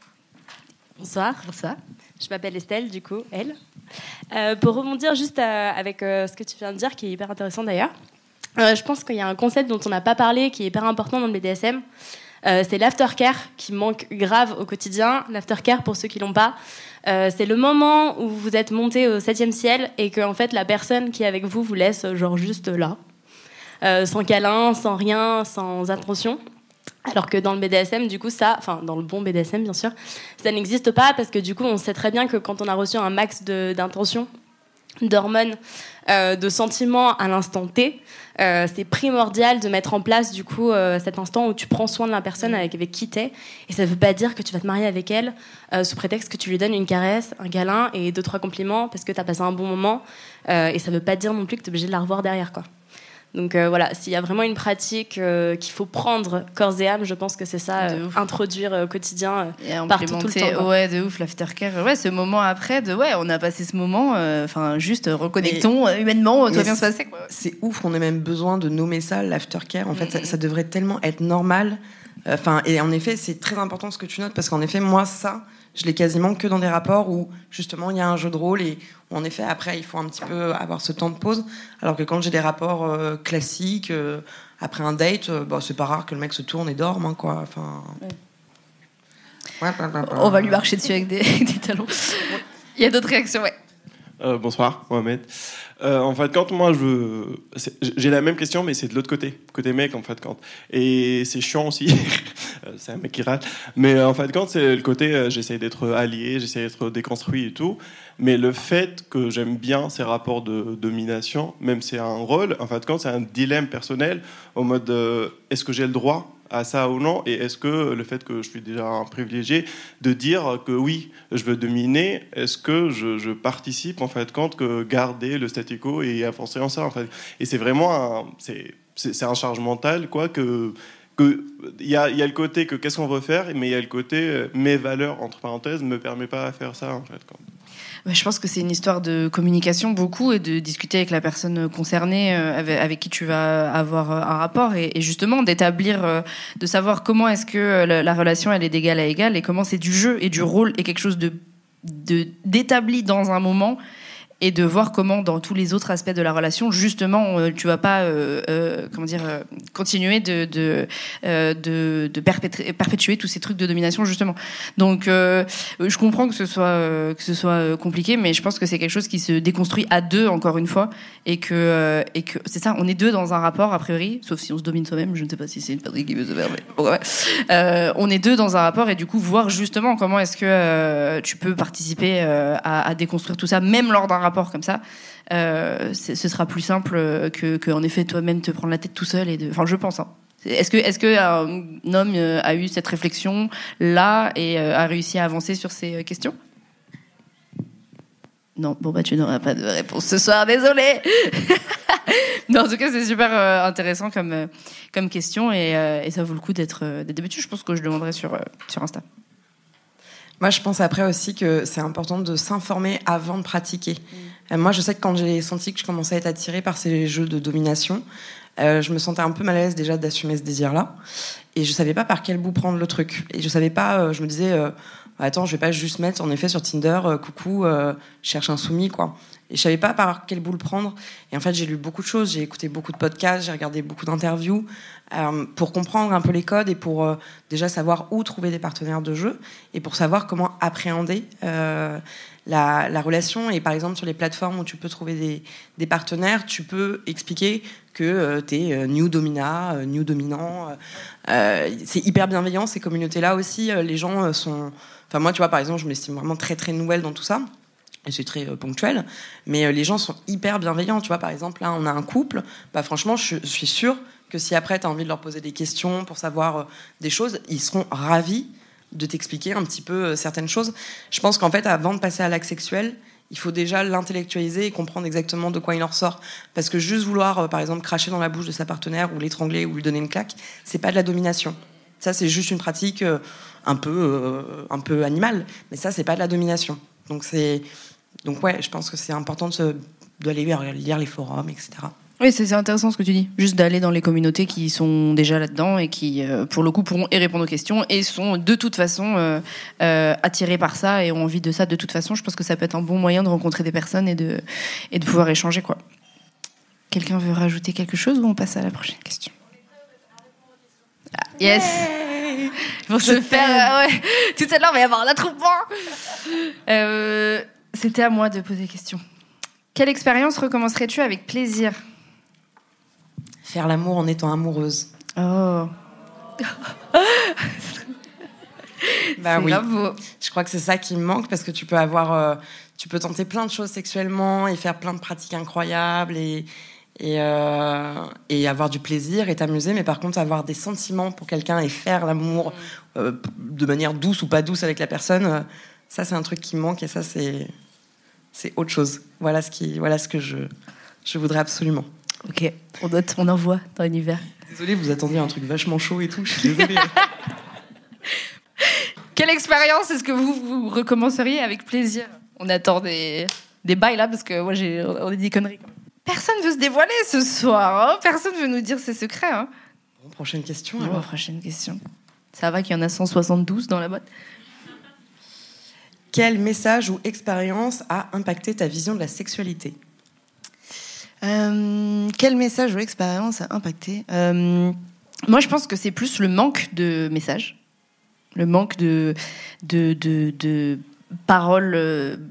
[SPEAKER 7] Bonsoir.
[SPEAKER 6] Bonsoir.
[SPEAKER 7] Je m'appelle Estelle, du coup, elle. Euh, pour rebondir juste euh, avec euh, ce que tu viens de dire, qui est hyper intéressant d'ailleurs, euh, je pense qu'il y a un concept dont on n'a pas parlé, qui est hyper important dans le B D S M. Euh, c'est l'aftercare, qui manque grave au quotidien. L'aftercare, pour ceux qui ne l'ont pas, euh, c'est le moment où vous êtes monté au septième ciel et que en fait, la personne qui est avec vous vous laisse genre juste là, euh, sans câlin, sans rien, sans attention. Alors que dans le B D S M, du coup, ça, enfin, dans le bon B D S M, bien sûr, ça n'existe pas parce que du coup, on sait très bien que quand on a reçu un max de, d'intentions, d'hormones, euh, de sentiments à l'instant T, euh, c'est primordial de mettre en place, du coup, euh, cet instant où tu prends soin de la personne avec, avec qui t'es. Et ça ne veut pas dire que tu vas te marier avec elle euh, sous prétexte que tu lui donnes une caresse, un câlin et deux, trois compliments parce que tu as passé un bon moment. Euh, et ça ne veut pas dire non plus que tu es obligé de la revoir derrière, quoi. Donc euh, voilà, s'il y a vraiment une pratique euh, qu'il faut prendre corps et âme, je pense que c'est ça, euh, introduire euh, au quotidien, euh,
[SPEAKER 6] Et
[SPEAKER 7] partout, tout le temps, quoi.
[SPEAKER 6] ouais, de ouf, l'aftercare. Ouais, ce moment après, de ouais, on a passé ce moment, enfin, euh, juste reconnectons euh, humainement, tout va bien se passer, quoi.
[SPEAKER 2] C'est ouf, on a même besoin de nommer ça, l'aftercare. En fait, ça, ça devrait tellement être normal. Enfin, et en effet, c'est très important ce que tu notes, parce qu'en effet, moi, ça, je l'ai quasiment que dans des rapports où, justement, il y a un jeu de rôle et où, en effet, après, il faut un petit peu avoir ce temps de pause. Alors que quand j'ai des rapports euh, classiques, euh, après un date, euh, bah, c'est pas rare que le mec se tourne et dorme, hein, quoi. Enfin...
[SPEAKER 6] Ouais. On va lui marcher dessus avec des, avec des talons. Il y a d'autres réactions, ouais.
[SPEAKER 8] Euh, bonsoir, Mohamed. Euh, en fait, quand moi, je, c'est, j'ai la même question, mais c'est de l'autre côté, côté mec, en fait, quand. Et c'est chiant aussi. C'est un mec qui rate. Mais en fait, quand c'est le côté, euh, j'essaie d'être allié, j'essaie d'être déconstruit et tout. Mais le fait que j'aime bien ces rapports de domination, même si c'est un rôle, en fait, quand c'est un dilemme personnel, au mode, euh, est-ce que j'ai le droit à ça ou non, et est-ce que le fait que je suis déjà un privilégié de dire que oui, je veux dominer, est-ce que je, je participe en fait quand que garder le statu quo et avancer en ça en fait. Et c'est vraiment un, c'est, c'est, c'est un charge mental quoi que que il y a il y a le côté que qu'est-ce qu'on veut faire, mais il y a le côté mes valeurs entre parenthèses me permet pas à faire ça en fait. Quand...
[SPEAKER 6] Je pense que c'est une histoire de communication beaucoup et de discuter avec la personne concernée avec, avec qui tu vas avoir un rapport et, et justement d'établir, de savoir comment est-ce que la, la relation elle est d'égal à égal et comment c'est du jeu et du rôle et quelque chose de, de d'établi dans un moment et de voir comment dans tous les autres aspects de la relation justement euh, tu vas pas euh, euh, comment dire euh, continuer de de euh, de, de perpétuer, perpétuer tous ces trucs de domination justement. Donc euh, je comprends que ce soit euh, que ce soit compliqué, mais je pense que c'est quelque chose qui se déconstruit à deux encore une fois et que euh, et que c'est ça, on est deux dans un rapport a priori, sauf si on se domine soi-même. Je ne sais pas si c'est une Patrick qui veut se faire, mais bon, ouais. euh, on est deux dans un rapport et du coup voir justement comment est-ce que euh, tu peux participer euh, à, à déconstruire tout ça même lors d'un rapport comme ça, euh, ce sera plus simple que, que en effet toi-même te prendre la tête tout seul et de, enfin je pense. Hein. Est-ce que est-ce que un homme a eu cette réflexion là et a réussi à avancer sur ces questions? Non, bon bah tu n'auras pas de réponse ce soir, désolé. Mais en tout cas c'est super euh, intéressant comme euh, comme question et, euh, et ça vaut le coup d'être euh, d'être débattu. Je pense que je demanderai sur euh, sur Insta.
[SPEAKER 2] Moi, je pense après aussi que c'est important de s'informer avant de pratiquer. Mmh. Euh, moi, je sais que quand j'ai senti que je commençais à être attirée par ces jeux de domination, euh, je me sentais un peu mal à l'aise déjà d'assumer ce désir-là. Et je savais pas par quel bout prendre le truc. Et je savais pas, euh, je me disais, euh, attends, je vais pas juste mettre en effet sur Tinder, euh, coucou, euh, je cherche un soumis, quoi. Et je savais pas par quel bout le prendre. Et en fait, j'ai lu beaucoup de choses, j'ai écouté beaucoup de podcasts, j'ai regardé beaucoup d'interviews euh, pour comprendre un peu les codes et pour euh, déjà savoir où trouver des partenaires de jeu et pour savoir comment appréhender euh, la, la relation. Et par exemple, sur les plateformes où tu peux trouver des, des partenaires, tu peux expliquer que euh, t'es euh, new domina, euh, new dominant. Euh, c'est hyper bienveillant, ces communautés-là aussi. Euh, les gens euh, sont... Enfin, moi, tu vois, par exemple, je m'estime vraiment très, très nouvelle dans tout ça. Et c'est très euh, ponctuel, mais euh, les gens sont hyper bienveillants. Tu vois, par exemple, là, on a un couple. Bah, franchement, je, je suis sûre que si après, tu as envie de leur poser des questions pour savoir euh, des choses, ils seront ravis de t'expliquer un petit peu euh, certaines choses. Je pense qu'en fait, avant de passer à l'acte sexuel, il faut déjà l'intellectualiser et comprendre exactement de quoi il en ressort. Parce que juste vouloir, euh, par exemple, cracher dans la bouche de sa partenaire ou l'étrangler ou lui donner une claque, c'est pas de la domination. Ça, c'est juste une pratique euh, un peu, euh, un peu animale. Mais ça, c'est pas de la domination. Donc, c'est... Donc ouais, je pense que c'est important de se, d'aller lire, lire les forums, et cetera.
[SPEAKER 6] Oui, c'est, c'est intéressant ce que tu dis. Juste d'aller dans les communautés qui sont déjà là-dedans et qui, euh, pour le coup, pourront et répondre aux questions et sont de toute façon euh, euh, attirés par ça et ont envie de ça de toute façon. Je pense que ça peut être un bon moyen de rencontrer des personnes et de, et de pouvoir échanger, quoi. Quelqu'un veut rajouter quelque chose ou on passe à la prochaine question? Ah, yes. Ouais. Pour se faire, euh, ouais. Tout à l'heure, il va y avoir un attroupement. Euh, c'était à moi de poser des questions. Quelle expérience recommencerais-tu avec plaisir?
[SPEAKER 2] Faire l'amour en étant amoureuse.
[SPEAKER 6] Oh.
[SPEAKER 2] Bah oui.
[SPEAKER 6] Bravo.
[SPEAKER 2] Je crois que c'est ça qui me manque parce que tu peux avoir, euh, tu peux tenter plein de choses sexuellement et faire plein de pratiques incroyables et et, euh, et avoir du plaisir et t'amuser, mais par contre avoir des sentiments pour quelqu'un et faire l'amour euh, de manière douce ou pas douce avec la personne, euh, ça c'est un truc qui me manque et ça c'est c'est autre chose. Voilà ce qui, voilà ce que je je voudrais absolument.
[SPEAKER 6] Ok, on note, on envoie dans l'univers.
[SPEAKER 2] Désolée, vous attendiez un truc vachement chaud et tout. Je suis désolée.
[SPEAKER 6] Quelle expérience est-ce que vous, vous recommenceriez avec plaisir? On attend des, des bails là parce que moi j'ai, on a dit des conneries. Personne veut se dévoiler ce soir. Hein, personne veut nous dire ses secrets. Hein.
[SPEAKER 2] Bon, prochaine question.
[SPEAKER 6] Alors. Oh, prochaine question. Ça va qu'il y en a cent soixante-douze dans la boîte.
[SPEAKER 2] Quel message ou expérience a impacté ta vision de la sexualité?
[SPEAKER 6] Euh, quel message ou expérience a impacté euh, Moi, je pense que c'est plus le manque de messages, le manque de, de, de, de paroles euh,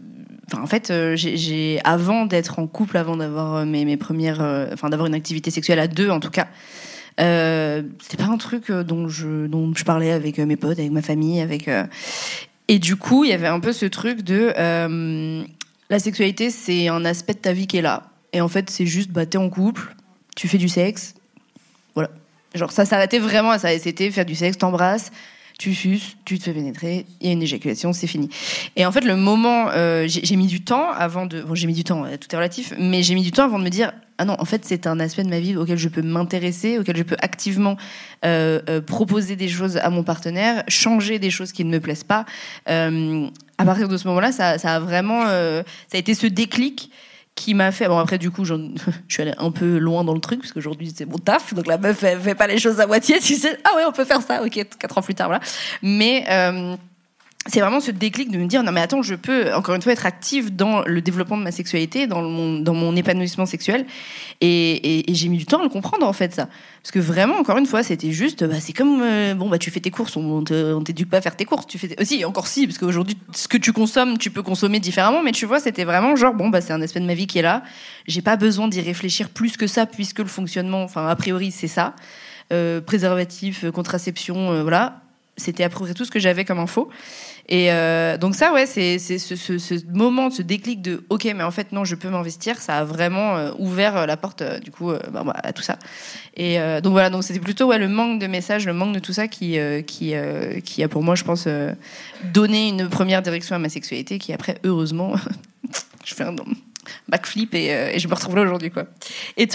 [SPEAKER 1] Enfin, en fait, euh, j'ai, j'ai, avant d'être en couple, avant d'avoir mes, mes premières, euh, enfin, d'avoir une activité sexuelle à deux, en tout cas, euh, c'était pas un truc dont je, dont je parlais avec mes potes, avec ma famille, avec. Euh... Et du coup, il y avait un peu ce truc de euh, la sexualité, c'est un aspect de ta vie qui est là. Et en fait, c'est juste, bah, t'es en couple, tu fais du sexe, voilà. Genre, ça s'arrêtait vraiment à ça. C'était faire du sexe, t'embrasses. Tu suces, tu te fais pénétrer, il y a une éjaculation, c'est fini. Et en fait, le moment, euh, j'ai, j'ai mis du temps avant de... Bon, j'ai mis du temps, tout est relatif, mais j'ai mis du temps avant de me dire, ah non, en fait, c'est un aspect de ma vie auquel je peux m'intéresser, auquel je peux activement euh, euh, proposer des choses à mon partenaire, changer des choses qui ne me plaisent pas. Euh, à partir de ce moment-là, ça, ça a vraiment... Euh, ça a été ce déclic qui m'a fait... Bon, après, du coup, j'en... je suis allée un peu loin dans le truc, parce qu'aujourd'hui, c'est mon taf, donc la meuf, elle fait pas les choses à moitié, tu sais. Ah ouais, on peut faire ça, ok, quatre ans plus tard, voilà. Mais... Euh, c'est vraiment ce déclic de me dire non mais attends, je peux encore une fois être active dans le développement de ma sexualité, dans mon dans mon épanouissement sexuel, et, et, et j'ai mis du temps à le comprendre en fait ça, parce que vraiment encore une fois c'était juste bah c'est comme euh, bon bah tu fais tes courses, on, te, on t'éduque pas à faire tes courses, tu fais tes... aussi encore si parce qu'aujourd'hui ce que tu consommes tu peux consommer différemment, mais tu vois c'était vraiment genre bon bah c'est un aspect de ma vie qui est là, j'ai pas besoin d'y réfléchir plus que ça puisque le fonctionnement enfin a priori c'est ça, euh, préservatif, contraception, euh, voilà. C'était à peu près tout ce que j'avais comme info. Et euh, donc ça, ouais, c'est, c'est ce, ce, ce moment, ce déclic de « Ok, mais en fait, non, je peux m'investir », ça a vraiment euh, ouvert la porte, euh, du coup, euh, bah, bah, à tout ça. Et euh, donc voilà, donc c'était plutôt ouais, le manque de messages, le manque de tout ça qui, euh, qui, euh, qui a pour moi, je pense, euh, donné une première direction à ma sexualité qui après, heureusement, je fais un backflip et, euh, et je me retrouve là aujourd'hui, quoi. Et toi ?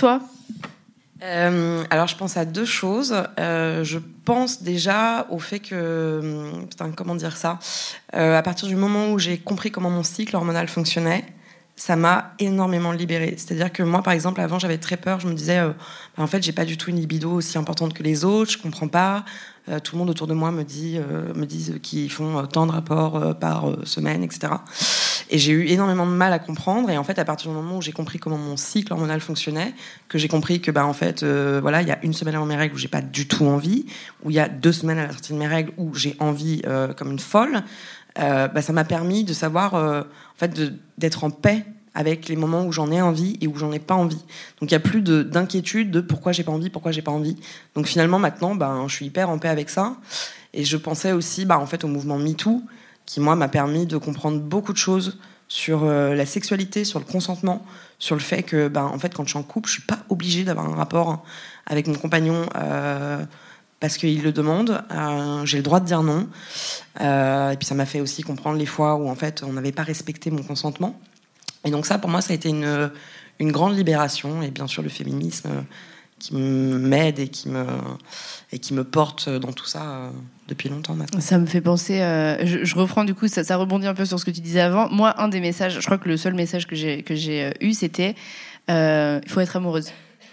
[SPEAKER 2] Euh, alors je pense à deux choses. Euh, je pense déjà au fait que, putain, comment dire ça, euh, à partir du moment où j'ai compris comment mon cycle hormonal fonctionnait, ça m'a énormément libérée. C'est-à-dire que moi, par exemple, avant, j'avais très peur. Je me disais, euh, bah, en fait, j'ai pas du tout une libido aussi importante que les autres. Je comprends pas. Euh, tout le monde autour de moi me dit, euh, me disent qu'ils font euh, tant de rapports euh, par euh, semaine, et cetera. Et j'ai eu énormément de mal à comprendre. Et en fait, à partir du moment où j'ai compris comment mon cycle hormonal fonctionnait, que j'ai compris que, bah, en fait, euh, voilà, il y a une semaine avant mes règles où j'ai pas du tout envie, où il y a deux semaines à la sortie de mes règles où j'ai envie euh, comme une folle. Euh, bah, ça m'a permis de savoir, euh, en fait, de, d'être en paix avec les moments où j'en ai envie et où j'en ai pas envie. Donc il y a plus de, d'inquiétude de pourquoi j'ai pas envie, pourquoi j'ai pas envie. Donc finalement maintenant, ben je suis hyper en paix avec ça. Et je pensais aussi, bah en fait, au mouvement MeToo, qui moi m'a permis de comprendre beaucoup de choses sur euh, la sexualité, sur le consentement, sur le fait que, ben en fait, quand je suis en couple, je suis pas obligée d'avoir un rapport avec mon compagnon. Euh, parce qu'il le demande, euh, j'ai le droit de dire non. Euh, et puis ça m'a fait aussi comprendre les fois où en fait on n'avait pas respecté mon consentement. Et donc ça, pour moi, ça a été une, une grande libération. Et bien sûr, le féminisme qui m'aide et qui me, et qui me porte dans tout ça euh, depuis longtemps maintenant.
[SPEAKER 1] Ça me fait penser... Euh, je, je reprends du coup, ça, ça rebondit un peu sur ce que tu disais avant. Moi, un des messages, je crois que le seul message que j'ai, que j'ai eu, c'était euh, « il faut être amoureuse ».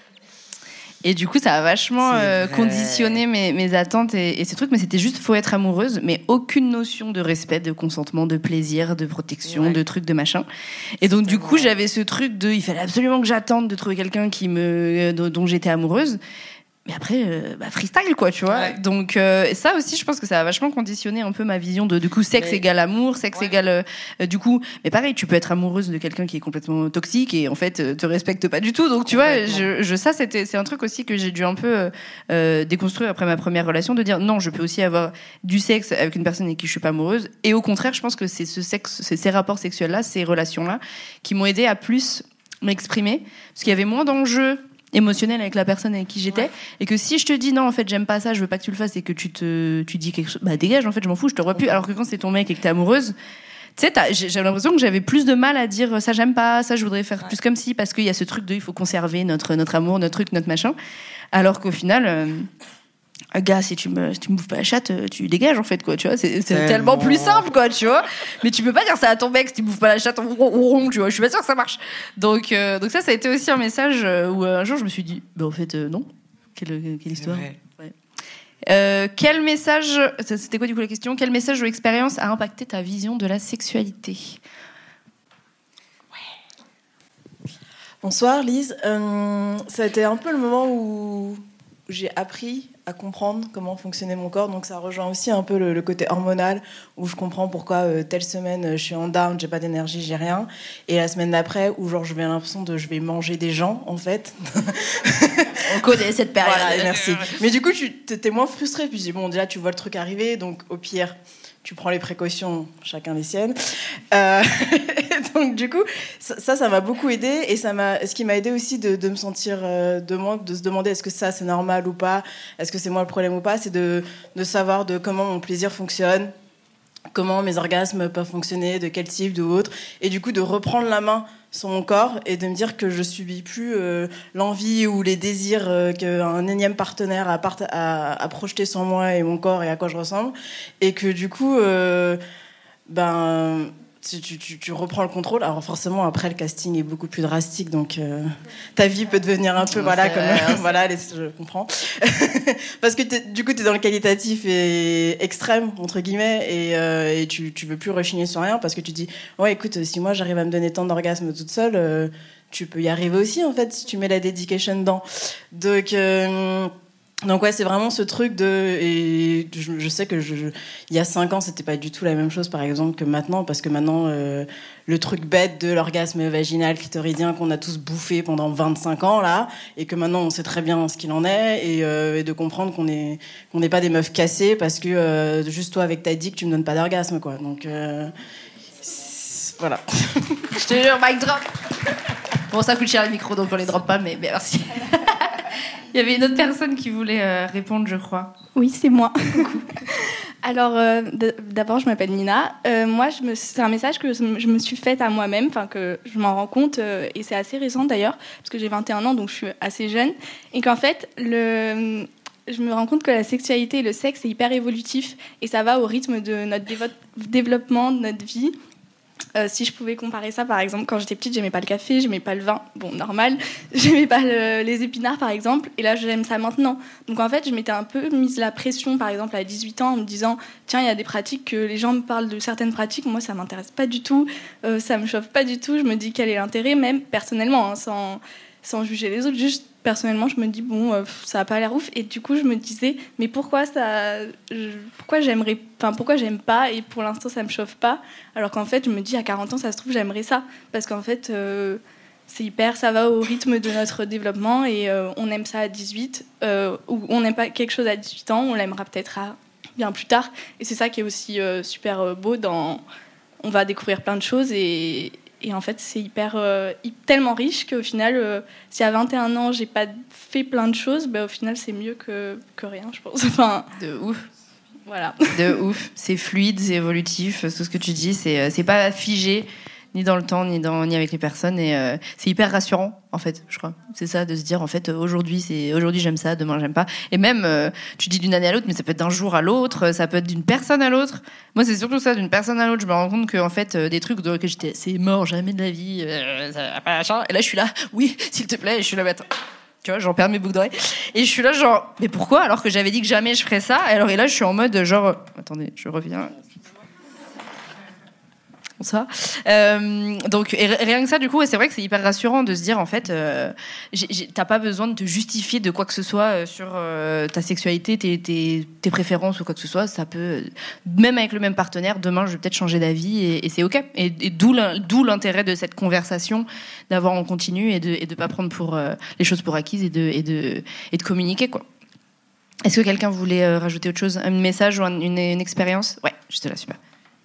[SPEAKER 1] Et du coup, ça a vachement euh, conditionné mes, mes attentes et, et ces trucs. Mais c'était juste, faut être amoureuse, mais aucune notion de respect, de consentement, de plaisir, de protection, ouais. de trucs, de machin. Et donc, du coup, j'avais ce truc de, il fallait absolument que j'attende de trouver quelqu'un qui me, dont j'étais amoureuse. Mais après, euh, bah, freestyle, quoi, tu vois. Ouais. Donc, euh, ça aussi, je pense que ça a vachement conditionné un peu ma vision de, du coup, sexe mais... égale amour, sexe ouais. égale, euh, du coup, mais pareil, tu peux être amoureuse de quelqu'un qui est complètement toxique et en fait, te respecte pas du tout. Donc, tu vois, je, je, ça, c'était, c'est un truc aussi que j'ai dû un peu euh, déconstruire après ma première relation, de dire non, je peux aussi avoir du sexe avec une personne avec qui je suis pas amoureuse. Et au contraire, je pense que c'est ce sexe, c'est ces rapports sexuels-là, ces relations-là, qui m'ont aidé à plus m'exprimer, parce qu'il y avait moins d'enjeux émotionnel avec la personne avec qui j'étais, ouais. et que si je te dis non en fait j'aime pas ça, je veux pas que tu le fasses, et que tu te tu dis quelque chose, bah dégage, en fait je m'en fous, je te revois plus. Alors que quand c'est ton mec et que t'es amoureuse, tu sais, j'avais l'impression que j'avais plus de mal à dire ça j'aime pas, ça je voudrais faire ouais. plus comme si, parce qu'il y a ce truc de il faut conserver notre notre amour, notre truc, notre machin, alors qu'au final euh, gars, si tu me si tu me bouffes pas la chatte, tu dégages en fait, quoi, tu vois, c'est, c'est tellement plus simple, quoi, tu vois. Mais tu peux pas dire ça à ton mec si tu me bouffes pas la chatte, on rond, tu vois. Je suis pas sûre que ça marche. Donc euh, donc ça ça a été aussi un message où un jour je me suis dit bah en fait euh, non. Quelle quelle histoire. Ouais. Euh, quel message, c'était quoi du coup la question, quel message ou expérience a impacté ta vision de la sexualité?
[SPEAKER 9] Ouais. Bonsoir Lise. Euh, ça a été un peu le moment où j'ai appris à comprendre comment fonctionnait mon corps. Donc ça rejoint aussi un peu le, le côté hormonal, où je comprends pourquoi euh, telle semaine euh, je suis en down, j'ai pas d'énergie, j'ai rien. Et la semaine d'après, où genre je vais l'impression de je vais manger des gens en fait.
[SPEAKER 6] On connaît cette période.
[SPEAKER 9] Voilà, merci. Mais du coup, tu t'es moins frustrée. Puis je dis bon, déjà tu vois le truc arriver, donc au pire, tu prends les précautions, chacun les siennes. Euh, donc du coup, ça, ça m'a beaucoup aidé, et ça m'a, ce qui m'a aidé aussi de, de me sentir euh, de moi, de se demander est-ce que ça c'est normal ou pas, est-ce que c'est moi le problème ou pas, c'est de, de savoir de comment mon plaisir fonctionne, comment mes orgasmes peuvent fonctionner, de quel type, de autre, et du coup de reprendre la main sur mon corps et de me dire que je subis plus euh, l'envie ou les désirs euh, qu'un énième partenaire a, part- a, a projeté sur moi et mon corps et à quoi je ressemble, et que du coup euh, ben tu, tu, tu, tu reprends le contrôle. Alors forcément après le casting est beaucoup plus drastique, donc euh, ta vie peut devenir un peu voilà comme euh, voilà les, je comprends parce que t'es, du coup t'es dans le qualitatif et extrême entre guillemets, et, euh, et tu, tu veux plus rechigner sur rien parce que tu dis ouais écoute, si moi j'arrive à me donner tant d'orgasmes toute seule, euh, tu peux y arriver aussi en fait si tu mets la dedication dedans. Donc euh, Donc ouais, c'est vraiment ce truc de, et je, je sais que je, je, il y a cinq ans c'était pas du tout la même chose par exemple que maintenant, parce que maintenant euh, le truc bête de l'orgasme vaginal clitoridien qu'on a tous bouffé pendant vingt-cinq ans là, et que maintenant on sait très bien ce qu'il en est, et, euh, et de comprendre qu'on est qu'on n'est pas des meufs cassées parce que euh, juste toi avec ta dick tu me donnes pas d'orgasme quoi. Donc euh, voilà.
[SPEAKER 6] Je te jure, mic drop. Bon, ça coûte cher les micros donc on les drop pas, mais, mais merci. Il y avait une autre personne qui voulait euh, répondre, je crois.
[SPEAKER 10] Oui, c'est moi. Alors, euh, d- d'abord, je m'appelle Nina. Euh, moi, je me, c'est un message que je me suis faite à moi-même, enfin que je m'en rends compte, euh, et c'est assez récent d'ailleurs, parce que j'ai vingt et un ans, donc je suis assez jeune, et qu'en fait, le, je me rends compte que la sexualité et le sexe, c'est hyper évolutif, et ça va au rythme de notre dévo- développement, de notre vie. Euh, si je pouvais comparer ça, par exemple, quand j'étais petite, j'aimais pas le café, j'aimais pas le vin, bon, normal, j'aimais pas le, les épinards, par exemple, et là, j'aime ça maintenant. Donc, en fait, je m'étais un peu mise la pression, par exemple, à dix-huit ans, en me disant, tiens, il y a des pratiques que les gens me parlent de certaines pratiques, moi, ça m'intéresse pas du tout, euh, ça me chauffe pas du tout, je me dis quel est l'intérêt, même personnellement, hein, sans, sans juger les autres, juste personnellement, je me dis, bon, euh, ça a pas l'air ouf, et du coup, je me disais, mais pourquoi ça, je, pourquoi j'aimerais, enfin, pourquoi j'aime pas, et pour l'instant, ça me chauffe pas, alors qu'en fait, je me dis, à quarante ans, ça se trouve, j'aimerais ça, parce qu'en fait, euh, c'est hyper, ça va au rythme de notre développement, et euh, on aime ça à dix-huit, euh, ou on n'aime pas quelque chose à dix-huit ans, on l'aimera peut-être à bien plus tard, et c'est ça qui est aussi euh, super euh, beau dans, on va découvrir plein de choses, et Et en fait, c'est hyper, euh, tellement riche qu'au final, euh, si à vingt et un ans, j'ai pas fait plein de choses, bah, au final, c'est mieux que, que rien, je pense. Enfin,
[SPEAKER 6] de ouf.
[SPEAKER 10] Voilà.
[SPEAKER 6] De ouf. C'est fluide, c'est évolutif. Tout ce que tu dis, c'est, c'est pas figé, ni dans le temps, ni, dans, ni avec les personnes. Et euh, c'est hyper rassurant, en fait, je crois. C'est ça, de se dire, en fait, aujourd'hui, c'est, aujourd'hui j'aime ça, demain, j'aime pas. Et même, euh, tu dis d'une année à l'autre, mais ça peut être d'un jour à l'autre, ça peut être d'une personne à l'autre. Moi, c'est surtout ça, d'une personne à l'autre. Je me rends compte que, en fait, euh, des trucs dans lesquels j'étais, c'est mort, jamais de la vie, euh, ça va pas, machin. Et là, je suis là, oui, s'il te plaît, et je suis là, mais attends. Tu vois, j'en perds mes boucles d'oreilles. Et je suis là, genre, mais pourquoi? Alors que j'avais dit que jamais je ferais ça. Alors, et là, je suis en mode, genre, attendez, je reviens. Bonsoir. Euh, donc, et rien que ça, du coup, c'est vrai que c'est hyper rassurant de se dire, en fait, euh, j'ai, j'ai, t'as pas besoin de te justifier de quoi que ce soit sur euh, ta sexualité, tes, tes, tes préférences ou quoi que ce soit. Ça peut, même avec le même partenaire, demain, je vais peut-être changer d'avis et, et c'est OK. Et, et d'où, d'où l'intérêt de cette conversation, d'avoir en continu et de et de pas prendre pour, euh, les choses pour acquises et de, et de, et de communiquer, quoi. Est-ce que quelqu'un voulait euh, rajouter autre chose? Un message ou un, une, une expérience? Ouais, juste là, super.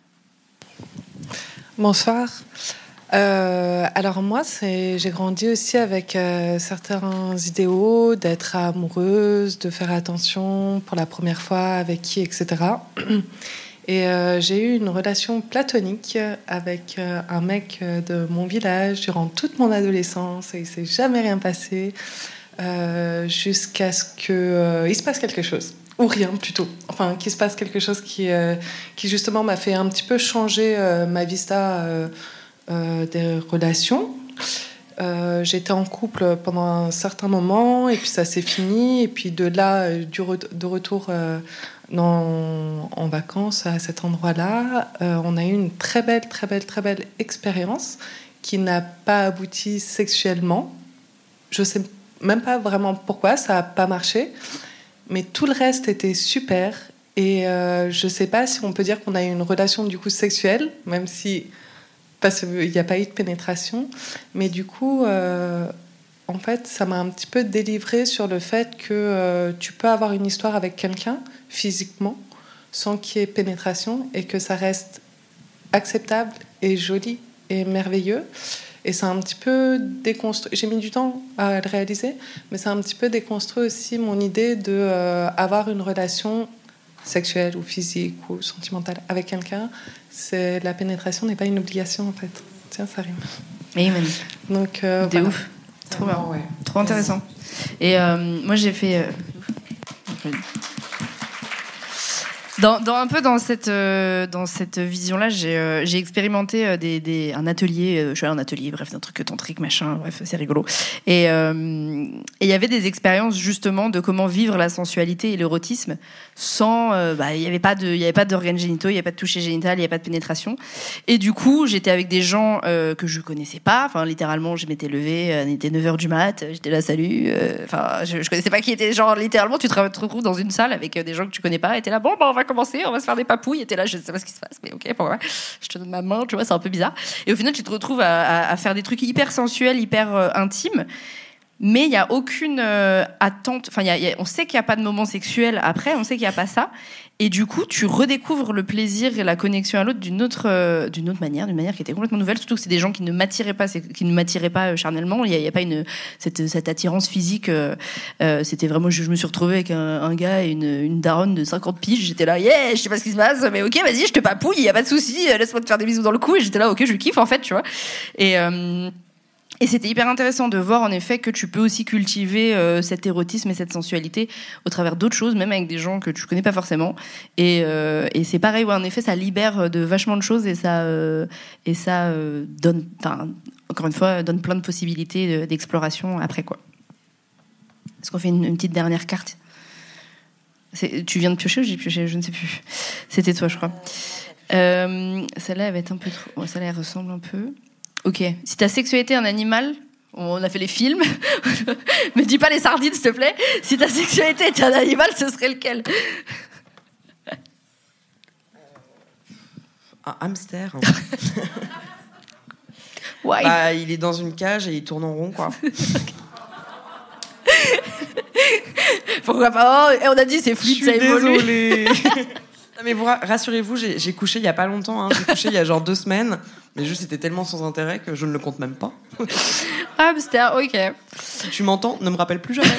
[SPEAKER 11] Bonsoir. Euh, alors moi, c'est, j'ai grandi aussi avec euh, certains idéaux d'être amoureuse, de faire attention pour la première fois avec qui, et cetera. Et euh, j'ai eu une relation platonique avec euh, un mec de mon village durant toute mon adolescence et il s'est jamais rien passé euh, jusqu'à ce que euh, il se passe quelque chose. Ou rien plutôt, enfin qu'il se passe quelque chose qui, euh, qui justement m'a fait un petit peu changer euh, ma vista euh, euh, des relations. Euh, j'étais en couple pendant un certain moment et puis ça s'est fini et puis de là, du re- de retour euh, dans, en vacances à cet endroit-là, euh, on a eu une très belle, très belle, très belle expérience qui n'a pas abouti sexuellement. Je sais même pas vraiment pourquoi, ça n'a pas marché. Mais tout le reste était super. Et euh, je sais pas si on peut dire qu'on a eu une relation du coup sexuelle, même si parce qu'il n'y a pas eu de pénétration. Mais du coup, euh, en fait, ça m'a un petit peu délivrée sur le fait que euh, tu peux avoir une histoire avec quelqu'un physiquement sans qu'il y ait pénétration et que ça reste acceptable et joli et merveilleux. Et c'est un petit peu déconstruit. J'ai mis du temps à le réaliser, mais c'est un petit peu déconstruit aussi mon idée de euh, avoir une relation sexuelle ou physique ou sentimentale avec quelqu'un. C'est la pénétration n'est pas une obligation en fait. Tiens, ça rime.
[SPEAKER 6] Amen.
[SPEAKER 11] Donc euh,
[SPEAKER 6] de
[SPEAKER 11] voilà.
[SPEAKER 6] ouf. Trop bien.
[SPEAKER 3] Ouais.
[SPEAKER 6] Trop intéressant. Et euh, moi j'ai fait. Euh... Dans, dans un peu dans cette euh, dans cette vision-là, j'ai euh, j'ai expérimenté euh, des, des un atelier, euh, je suis allée en atelier, bref, d'un truc tantrique, machin, bref, c'est rigolo. Et euh, et il y avait des expériences justement de comment vivre la sensualité et l'érotisme sans, euh, bah, il y avait pas de, il y avait pas d'organes génitaux, il y avait pas de toucher génital, il y avait pas de pénétration. Et du coup, j'étais avec des gens euh, que je connaissais pas. Enfin, littéralement, je m'étais levée, euh, il était neuf heures du mat, j'étais là, salut. Enfin, euh, je, je connaissais pas qui était. Genre, littéralement, tu te retrouves dans une salle avec euh, des gens que tu connais pas, et t'es là, bon, bah, on va commencer, on va se faire des papouilles, et t'es là, je sais pas ce qui se passe, mais ok, pourquoi je te donne ma main, tu vois, c'est un peu bizarre. Et au final, tu te retrouves à, à, à faire des trucs hyper sensuels, hyper euh, intimes, mais il y a aucune euh, attente. Enfin, y a, y a, on sait qu'il y a pas de moment sexuel après, on sait qu'il y a pas ça, et du coup, tu redécouvres le plaisir et la connexion à l'autre d'une autre, euh, d'une autre manière, d'une manière qui était complètement nouvelle. Surtout que c'est des gens qui ne m'attiraient pas, qui ne m'attiraient pas euh, charnellement. Il y, y a pas une cette, cette attirance physique. Euh, euh, c'était vraiment, je, je me suis retrouvée avec un, un gars et une, une daronne de cinquante piges. J'étais là, yeah, je sais pas ce qui se passe, mais ok, vas-y, je te papouille, y a pas de souci, laisse-moi te faire des bisous dans le cou. Et j'étais là, ok, je kiffe en fait, tu vois. Et euh, Et c'était hyper intéressant de voir en effet que tu peux aussi cultiver euh, cet érotisme et cette sensualité au travers d'autres choses, même avec des gens que tu connais pas forcément. Et, euh, et c'est pareil, ouais, en effet, ça libère de vachement de choses et ça, euh, et ça euh, donne, enfin, encore une fois, donne plein de possibilités de, d'exploration après, quoi. Est-ce qu'on fait une, une petite dernière carte ? C'est, tu viens de piocher ou j'ai pioché ? Je ne sais plus. C'était toi, je crois. Euh, celle-là, elle va être un peu trop. Oh, celle-là, elle ressemble un peu. Ok. Si ta sexualité est un animal, on a fait les films. Me dis pas les sardines, s'il te plaît. Si ta sexualité était un animal, ce serait lequel ?
[SPEAKER 2] Un hamster.
[SPEAKER 6] Ouais.
[SPEAKER 2] Bah, il est dans une cage et il tourne en rond, quoi.
[SPEAKER 6] Pourquoi pas ? Oh, et on a dit c'est fluide, ça évolue.
[SPEAKER 2] Désolée. Non, mais vous, rassurez-vous, j'ai, j'ai couché il y a pas longtemps. Hein. J'ai couché il y a genre deux semaines, mais juste c'était tellement sans intérêt que je ne le compte même pas.
[SPEAKER 6] Hamster, ok.
[SPEAKER 2] Si tu m'entends, ne me rappelle plus jamais.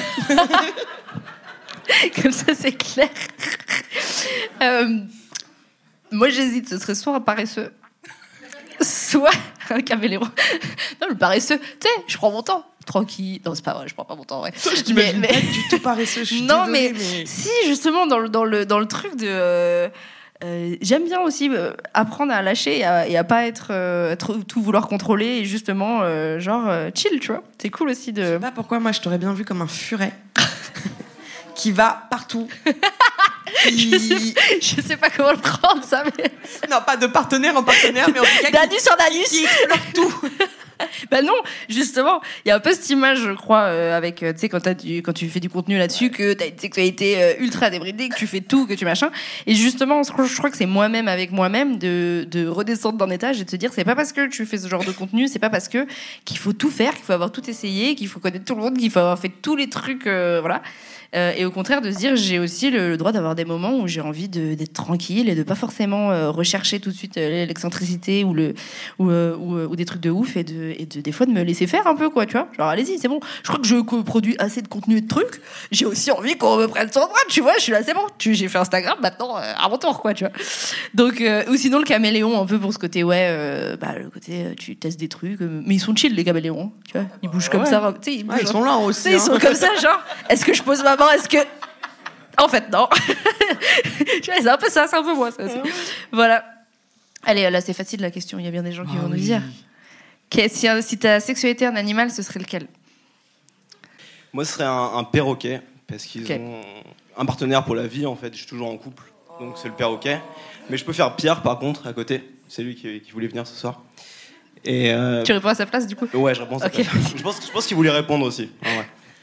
[SPEAKER 6] Comme ça, c'est clair. Euh, moi, j'hésite. Ce serait soit un paresseux, soit un caméléon. Non, le paresseux, tu sais, je prends mon temps. Tranquille. Non, c'est pas vrai, je prends pas mon temps, ouais.
[SPEAKER 2] Je t'imagine mais, mais... pas du tout paresseux, je suis
[SPEAKER 6] non,
[SPEAKER 2] désolée,
[SPEAKER 6] mais,
[SPEAKER 2] mais...
[SPEAKER 6] si, justement, dans le, dans le, dans le truc de... Euh, euh, j'aime bien aussi euh, apprendre à lâcher et à, et à pas être... Euh, trop, tout vouloir contrôler et justement, euh, genre, euh, chill, tu vois. C'est cool aussi de...
[SPEAKER 2] Je sais pas pourquoi, moi, je t'aurais bien vu comme un furet qui va partout. Qui...
[SPEAKER 6] Je, sais, je sais pas comment le prendre, ça, mais...
[SPEAKER 2] Non, pas de partenaire en partenaire, mais en tout cas...
[SPEAKER 6] D'anus en anus.
[SPEAKER 2] Qui explore tout.
[SPEAKER 6] Bah non, justement, il y a un peu cette image, je crois, euh, avec, tu sais, quand, quand tu fais du contenu là-dessus, que t'as une sexualité euh, ultra débridée, que tu fais tout, que tu machin. Et justement, je crois que c'est moi-même avec moi-même de, de redescendre d'un étage et de se dire, c'est pas parce que tu fais ce genre de contenu, c'est pas parce que qu'il faut tout faire, qu'il faut avoir tout essayé, qu'il faut connaître tout le monde, qu'il faut avoir fait tous les trucs, euh, voilà. Euh, et au contraire de se dire j'ai aussi le, le droit d'avoir des moments où j'ai envie de, d'être tranquille et de pas forcément euh, rechercher tout de suite euh, l'excentricité ou le ou, euh, ou, euh, ou des trucs de ouf et de et de des fois de me laisser faire un peu, quoi, tu vois, genre allez-y, c'est bon, je crois que je produis assez de contenu et de trucs, j'ai aussi envie qu'on me prenne son droit, tu vois, je suis là, c'est bon, tu, j'ai fait Instagram, maintenant euh, à mon tour, quoi, tu vois. Donc euh, ou sinon le caméléon un peu pour ce côté, ouais, euh, bah le côté euh, tu testes des trucs, euh, mais ils sont chill les caméléons, tu vois, ils bougent comme
[SPEAKER 2] ouais.
[SPEAKER 6] ça, tu sais, ils,
[SPEAKER 2] ouais, ils sont là aussi, hein.
[SPEAKER 6] Ils sont comme ça, genre est-ce que je pose ma main, est-ce que en fait, non. Tu vois, c'est un peu ça, c'est un peu moi, ça aussi. Voilà. Allez, là, c'est facile la question. Il y a bien des gens qui
[SPEAKER 2] oh,
[SPEAKER 6] vont
[SPEAKER 2] oui.
[SPEAKER 6] nous dire. Si, si ta sexualité est un animal, ce serait lequel ?
[SPEAKER 12] Moi, ce serait un, un perroquet, parce qu'ils
[SPEAKER 6] okay.
[SPEAKER 12] ont un partenaire pour la vie, en fait. Je suis toujours en couple, donc c'est le perroquet. Mais je peux faire Pierre, par contre, à côté. C'est lui qui, qui voulait venir ce soir. Et euh...
[SPEAKER 6] Tu réponds à sa place, du coup ?
[SPEAKER 12] Ouais, je réponds à sa
[SPEAKER 6] okay.
[SPEAKER 12] place. Je pense, je pense qu'il voulait répondre aussi. Ah ouais.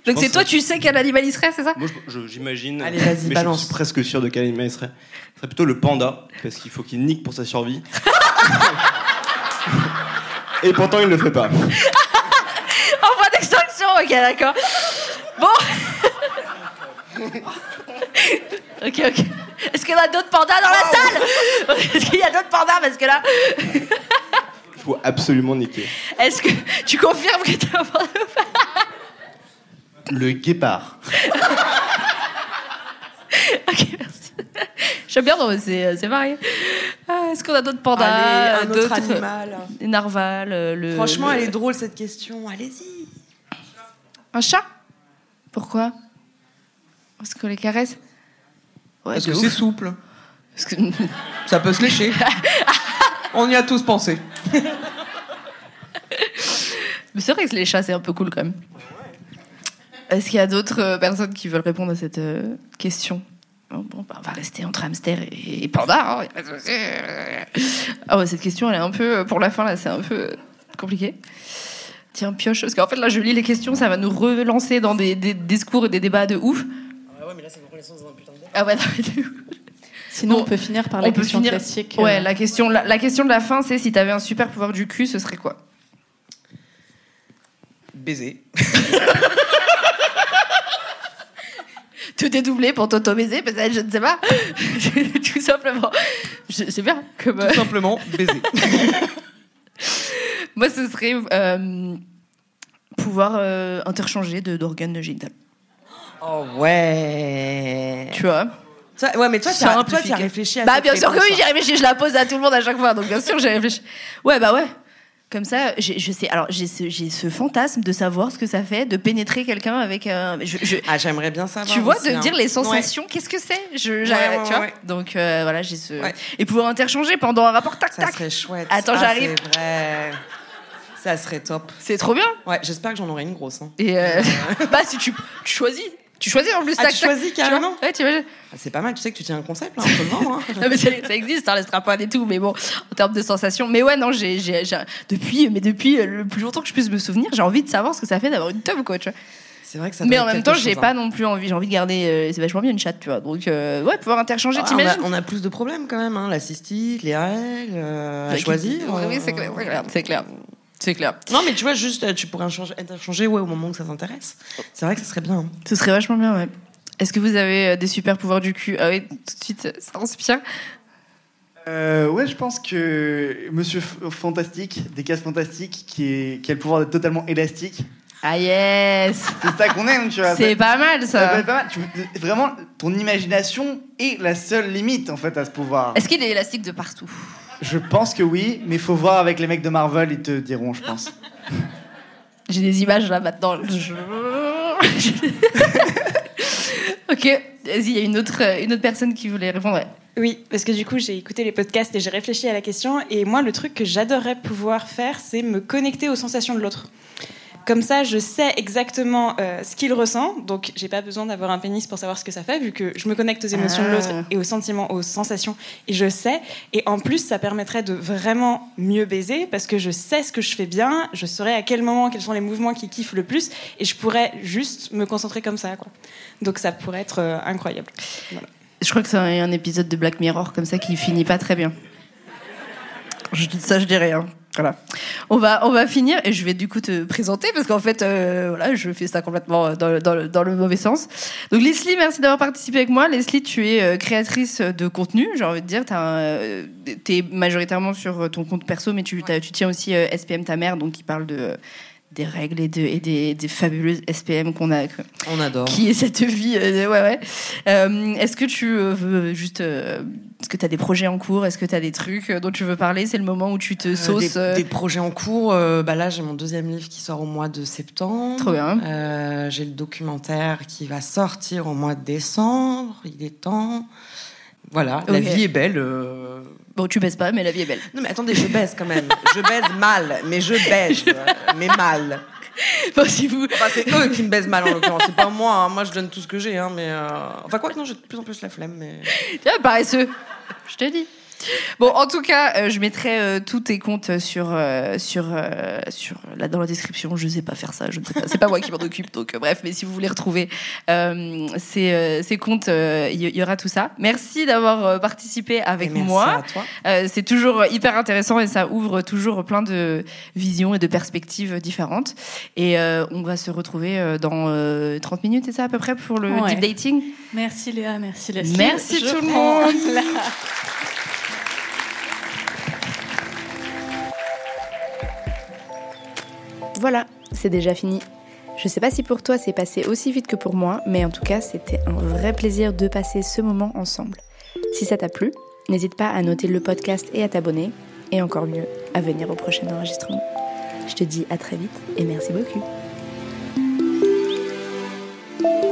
[SPEAKER 6] Donc
[SPEAKER 12] pense
[SPEAKER 6] c'est toi,
[SPEAKER 12] que-
[SPEAKER 6] tu sais quel animal il serait, c'est ça?
[SPEAKER 12] Moi, je- je- j'imagine.
[SPEAKER 2] Allez, vas-y,
[SPEAKER 12] mais
[SPEAKER 2] balance.
[SPEAKER 12] Je suis presque sûr de quel animal il serait. Ce serait plutôt le panda, parce qu'il faut qu'il nique pour sa survie. Et pourtant, il ne le fait pas.
[SPEAKER 6] En voie d'extinction, ok, d'accord. Bon. Ok, ok. Est-ce qu'il y a d'autres pandas dans la salle? Est-ce qu'il y a d'autres pandas? Parce que là.
[SPEAKER 12] Il faut absolument niquer.
[SPEAKER 6] Est-ce que tu confirmes que t'es un panda ou pas?
[SPEAKER 4] Le guépard.
[SPEAKER 6] Ok, merci. J'aime bien, non, mais c'est, c'est varié. Ah, est-ce qu'on a d'autres pandas?
[SPEAKER 2] Allez, un autre
[SPEAKER 6] d'autres-
[SPEAKER 2] animal.
[SPEAKER 6] Les narvals, euh, le.
[SPEAKER 2] Franchement,
[SPEAKER 6] le-
[SPEAKER 2] elle est drôle cette question. Allez-y.
[SPEAKER 6] Un chat? Pourquoi? Parce qu'on les caresse? Ouais,
[SPEAKER 2] Parce
[SPEAKER 6] de
[SPEAKER 2] que
[SPEAKER 6] ouf.
[SPEAKER 2] c'est souple.
[SPEAKER 6] Parce que...
[SPEAKER 2] Ça peut se lécher. On y a tous pensé.
[SPEAKER 6] Mais c'est vrai que les chats, c'est un peu cool quand même. Est-ce qu'il y a d'autres euh, personnes qui veulent répondre à cette euh, question? Bon, bon, bah, on va rester entre hamster et, et panda. Hein, y a pas de souci. Ah ouais, cette question, elle est un peu... Pour la fin, là, c'est un peu compliqué. Tiens, pioche. Parce qu'en fait, là, je lis les questions, ça va nous relancer dans des, des discours et des débats de ouf.
[SPEAKER 3] Ah ouais, mais là, c'est une renaissance dans un putain de débat.
[SPEAKER 6] Ah ouais, non, mais de ouf.
[SPEAKER 10] Sinon,
[SPEAKER 6] Bon,
[SPEAKER 10] on peut finir par la
[SPEAKER 6] on peut
[SPEAKER 10] question
[SPEAKER 6] finir-
[SPEAKER 10] classique.
[SPEAKER 6] Ouais,
[SPEAKER 10] euh,
[SPEAKER 6] la question, la, la question de la fin, c'est si t'avais un super pouvoir du cul, ce serait quoi?
[SPEAKER 2] Baiser.
[SPEAKER 6] Te dédoubler pour t'auto-baiser, peut-être, je ne sais pas. Tout simplement. Je- c'est bien. Comme, euh,
[SPEAKER 2] Tout simplement baiser.
[SPEAKER 6] Moi, ce serait euh, pouvoir euh, interchanger de, d'organes génitaux.
[SPEAKER 2] Oh ouais.
[SPEAKER 6] Tu vois?
[SPEAKER 2] Ça, ouais, mais toi, tu as, toi, tu as
[SPEAKER 6] Simplifié.
[SPEAKER 2] réfléchi à
[SPEAKER 6] Bah,
[SPEAKER 2] cette
[SPEAKER 6] bien sûr que oui,
[SPEAKER 2] réponse,
[SPEAKER 6] j'ai
[SPEAKER 2] hein.
[SPEAKER 6] réfléchi. Je la pose à tout le monde à chaque fois, donc bien sûr, j'ai réfléchi. Ouais, bah ouais. Comme ça, j'ai, je sais. Alors, j'ai ce, j'ai ce fantasme de savoir ce que ça fait de pénétrer quelqu'un avec un. Je, je-
[SPEAKER 2] Ah, j'aimerais bien savoir.
[SPEAKER 6] tu vois,
[SPEAKER 2] aussi,
[SPEAKER 6] de
[SPEAKER 2] hein.
[SPEAKER 6] dire les sensations, qu'est-ce que c'est? Je, j'arrive,
[SPEAKER 2] Ouais, ouais,
[SPEAKER 6] tu vois.
[SPEAKER 2] ouais.
[SPEAKER 6] Donc euh, voilà, j'ai ce.
[SPEAKER 2] Ouais.
[SPEAKER 6] Et pouvoir interchanger pendant un rapport tac
[SPEAKER 2] Ça
[SPEAKER 6] tac.
[SPEAKER 2] serait chouette.
[SPEAKER 6] Attends,
[SPEAKER 2] Ah,
[SPEAKER 6] j'arrive.
[SPEAKER 2] C'est vrai. Ça serait top.
[SPEAKER 6] C'est trop bien.
[SPEAKER 2] Ouais, j'espère que j'en aurai une grosse. Hein.
[SPEAKER 6] Et euh, bah si tu, tu choisis, tu choisis en plus.
[SPEAKER 2] Ah,
[SPEAKER 6] tac,
[SPEAKER 2] tu
[SPEAKER 6] tac,
[SPEAKER 2] choisis
[SPEAKER 6] vois.
[SPEAKER 2] carrément.
[SPEAKER 6] Ouais, tu imagines.
[SPEAKER 2] Ah, c'est pas mal, tu sais que tu tiens un concept là, on peut le vendre. Hein.
[SPEAKER 6] Non mais ça, ça existe, hein, les strap-on et tout, mais bon, en termes de sensations. Mais ouais, non, j'ai, j'ai, j'ai- depuis, mais depuis le plus longtemps que je puisse me souvenir, j'ai envie de savoir ce que ça fait d'avoir une teub, quoi, tu vois.
[SPEAKER 2] C'est vrai que ça.
[SPEAKER 6] Mais
[SPEAKER 2] doit
[SPEAKER 6] en
[SPEAKER 2] être
[SPEAKER 6] même
[SPEAKER 2] quelque
[SPEAKER 6] temps, j'ai
[SPEAKER 2] chose,
[SPEAKER 6] pas
[SPEAKER 2] hein.
[SPEAKER 6] non plus envie. J'ai envie de garder. euh, c'est vachement bien une chatte, tu vois. Donc euh, ouais, pouvoir interchanger,
[SPEAKER 2] Ah, on, a,
[SPEAKER 6] t'imagines.
[SPEAKER 2] on a plus de problèmes quand même, hein. La cystite, les règles, euh, à
[SPEAKER 6] Ouais,
[SPEAKER 2] choisir.
[SPEAKER 6] Oui,
[SPEAKER 2] euh.
[SPEAKER 6] oui, c'est clair, c'est clair, c'est clair. C'est clair.
[SPEAKER 2] Non, mais tu vois, juste, euh, tu pourrais interchanger, interchanger ouais, au moment où ça t'intéresse. C'est vrai que ça serait bien. hein.
[SPEAKER 6] Ce serait vachement bien, ouais. Est-ce que vous avez euh, des super pouvoirs du cul? Ah oui, tout de suite, euh, ça inspire.
[SPEAKER 4] Euh, ouais, je pense que Monsieur F- Fantastique, des cases fantastiques, qui, est, qui a le pouvoir d'être totalement élastique.
[SPEAKER 6] Ah yes.
[SPEAKER 4] C'est ça qu'on aime, tu vois.
[SPEAKER 6] C'est
[SPEAKER 4] Ça-
[SPEAKER 6] pas mal
[SPEAKER 4] ça peut
[SPEAKER 6] ça.
[SPEAKER 4] être pas mal. Tu- vraiment, ton imagination est la seule limite en fait à ce pouvoir.
[SPEAKER 6] Est-ce qu'il est élastique de partout?
[SPEAKER 4] Je pense que oui, mais il faut voir avec les mecs de Marvel, ils te diront, je pense.
[SPEAKER 6] J'ai des images là maintenant. Je- ok, vas-y, il y a une autre, euh, une autre personne qui voulait répondre. Ouais.
[SPEAKER 5] Oui, parce que du coup, j'ai écouté les podcasts et j'ai réfléchi à la question. Et moi, le truc que j'adorerais pouvoir faire, c'est me connecter aux sensations de l'autre. Comme ça, je sais exactement euh, ce qu'il ressent. Donc, j'ai pas besoin d'avoir un pénis pour savoir ce que ça fait, vu que je me connecte aux émotions de l'autre
[SPEAKER 6] Ah.
[SPEAKER 5] et aux sentiments, aux sensations. Et je sais. Et en plus, ça permettrait de vraiment mieux baiser, parce que je sais ce que je fais bien. Je saurais à quel moment, quels sont les mouvements qui kiffent le plus. Et je pourrais juste me concentrer comme ça, quoi. Donc, ça pourrait être euh, incroyable. Voilà.
[SPEAKER 6] Je crois que c'est un, un épisode de Black Mirror comme ça qui finit pas très bien. Je dis ça, je dis rien. Voilà. On va, on va finir et je vais du coup te présenter parce qu'en fait, euh, voilà, je fais ça complètement dans, le- dans, le- dans le mauvais sens. Donc Leslie, merci d'avoir participé avec moi. Leslie, tu es euh, créatrice de contenu, j'ai envie de dire. Tu es majoritairement sur ton compte perso, mais tu, t'as- tu tiens aussi euh, S P M ta mère, donc qui parle de euh, des règles et, de, et des, des fabuleuses S P M qu'on a.
[SPEAKER 2] On adore.
[SPEAKER 6] Qui est cette vie. euh, ouais, ouais. Euh, est-ce que tu euh, veux juste. euh, est-ce que tu as des projets en cours? Est-ce que tu as des trucs euh, dont tu veux parler? C'est le moment où tu te
[SPEAKER 2] Euh,
[SPEAKER 6] sauces.
[SPEAKER 2] des,
[SPEAKER 6] euh,
[SPEAKER 2] des projets en cours. euh, bah là, j'ai mon deuxième livre qui sort au mois de septembre.
[SPEAKER 6] Trop bien.
[SPEAKER 2] Euh, j'ai le documentaire qui va sortir au mois de décembre. Il est temps. Voilà, la
[SPEAKER 6] Ok.
[SPEAKER 2] vie est belle. euh.
[SPEAKER 6] Bon, tu baises pas, mais la vie est belle.
[SPEAKER 2] Non, mais attendez, je baise quand même. Je baise mal, mais je baise, euh, mais mal.
[SPEAKER 6] Bon, si vous...
[SPEAKER 2] Enfin, c'est eux qui me baisent mal en l'occurrence, c'est pas moi. hein. Moi, je donne tout ce que j'ai, hein, mais euh... enfin quoi que non, j'ai de plus en plus la flemme. Mais
[SPEAKER 6] Tiens, paresseux. Je te dis. Bon, en tout cas, euh, je mettrai euh, tous tes comptes sur euh, sur euh, sur là dans la description. Je sais pas faire ça, je ne sais pas. C'est pas moi qui m'en occupe, donc euh, bref. Mais si vous voulez retrouver euh, ces, euh, ces comptes, il euh, y, y aura tout ça. Merci d'avoir euh, participé avec
[SPEAKER 2] et merci
[SPEAKER 6] moi.
[SPEAKER 2] À toi.
[SPEAKER 6] Euh, c'est toujours hyper intéressant et ça ouvre toujours plein de visions et de perspectives différentes. Et euh, on va se retrouver euh, dans euh, trente minutes, c'est ça à peu près pour le
[SPEAKER 7] Ouais.
[SPEAKER 6] deep dating.
[SPEAKER 7] Merci Léa, merci Leslie.
[SPEAKER 6] Merci
[SPEAKER 7] Je
[SPEAKER 6] tout le
[SPEAKER 7] prends
[SPEAKER 6] monde.
[SPEAKER 7] la-
[SPEAKER 1] Voilà, c'est déjà fini. Je sais pas si pour toi c'est passé aussi vite que pour moi, mais en tout cas c'était un vrai plaisir de passer ce moment ensemble. Si ça t'a plu, n'hésite pas à noter le podcast et à t'abonner, et encore mieux, à venir au prochain enregistrement. Je te dis à très vite et merci beaucoup.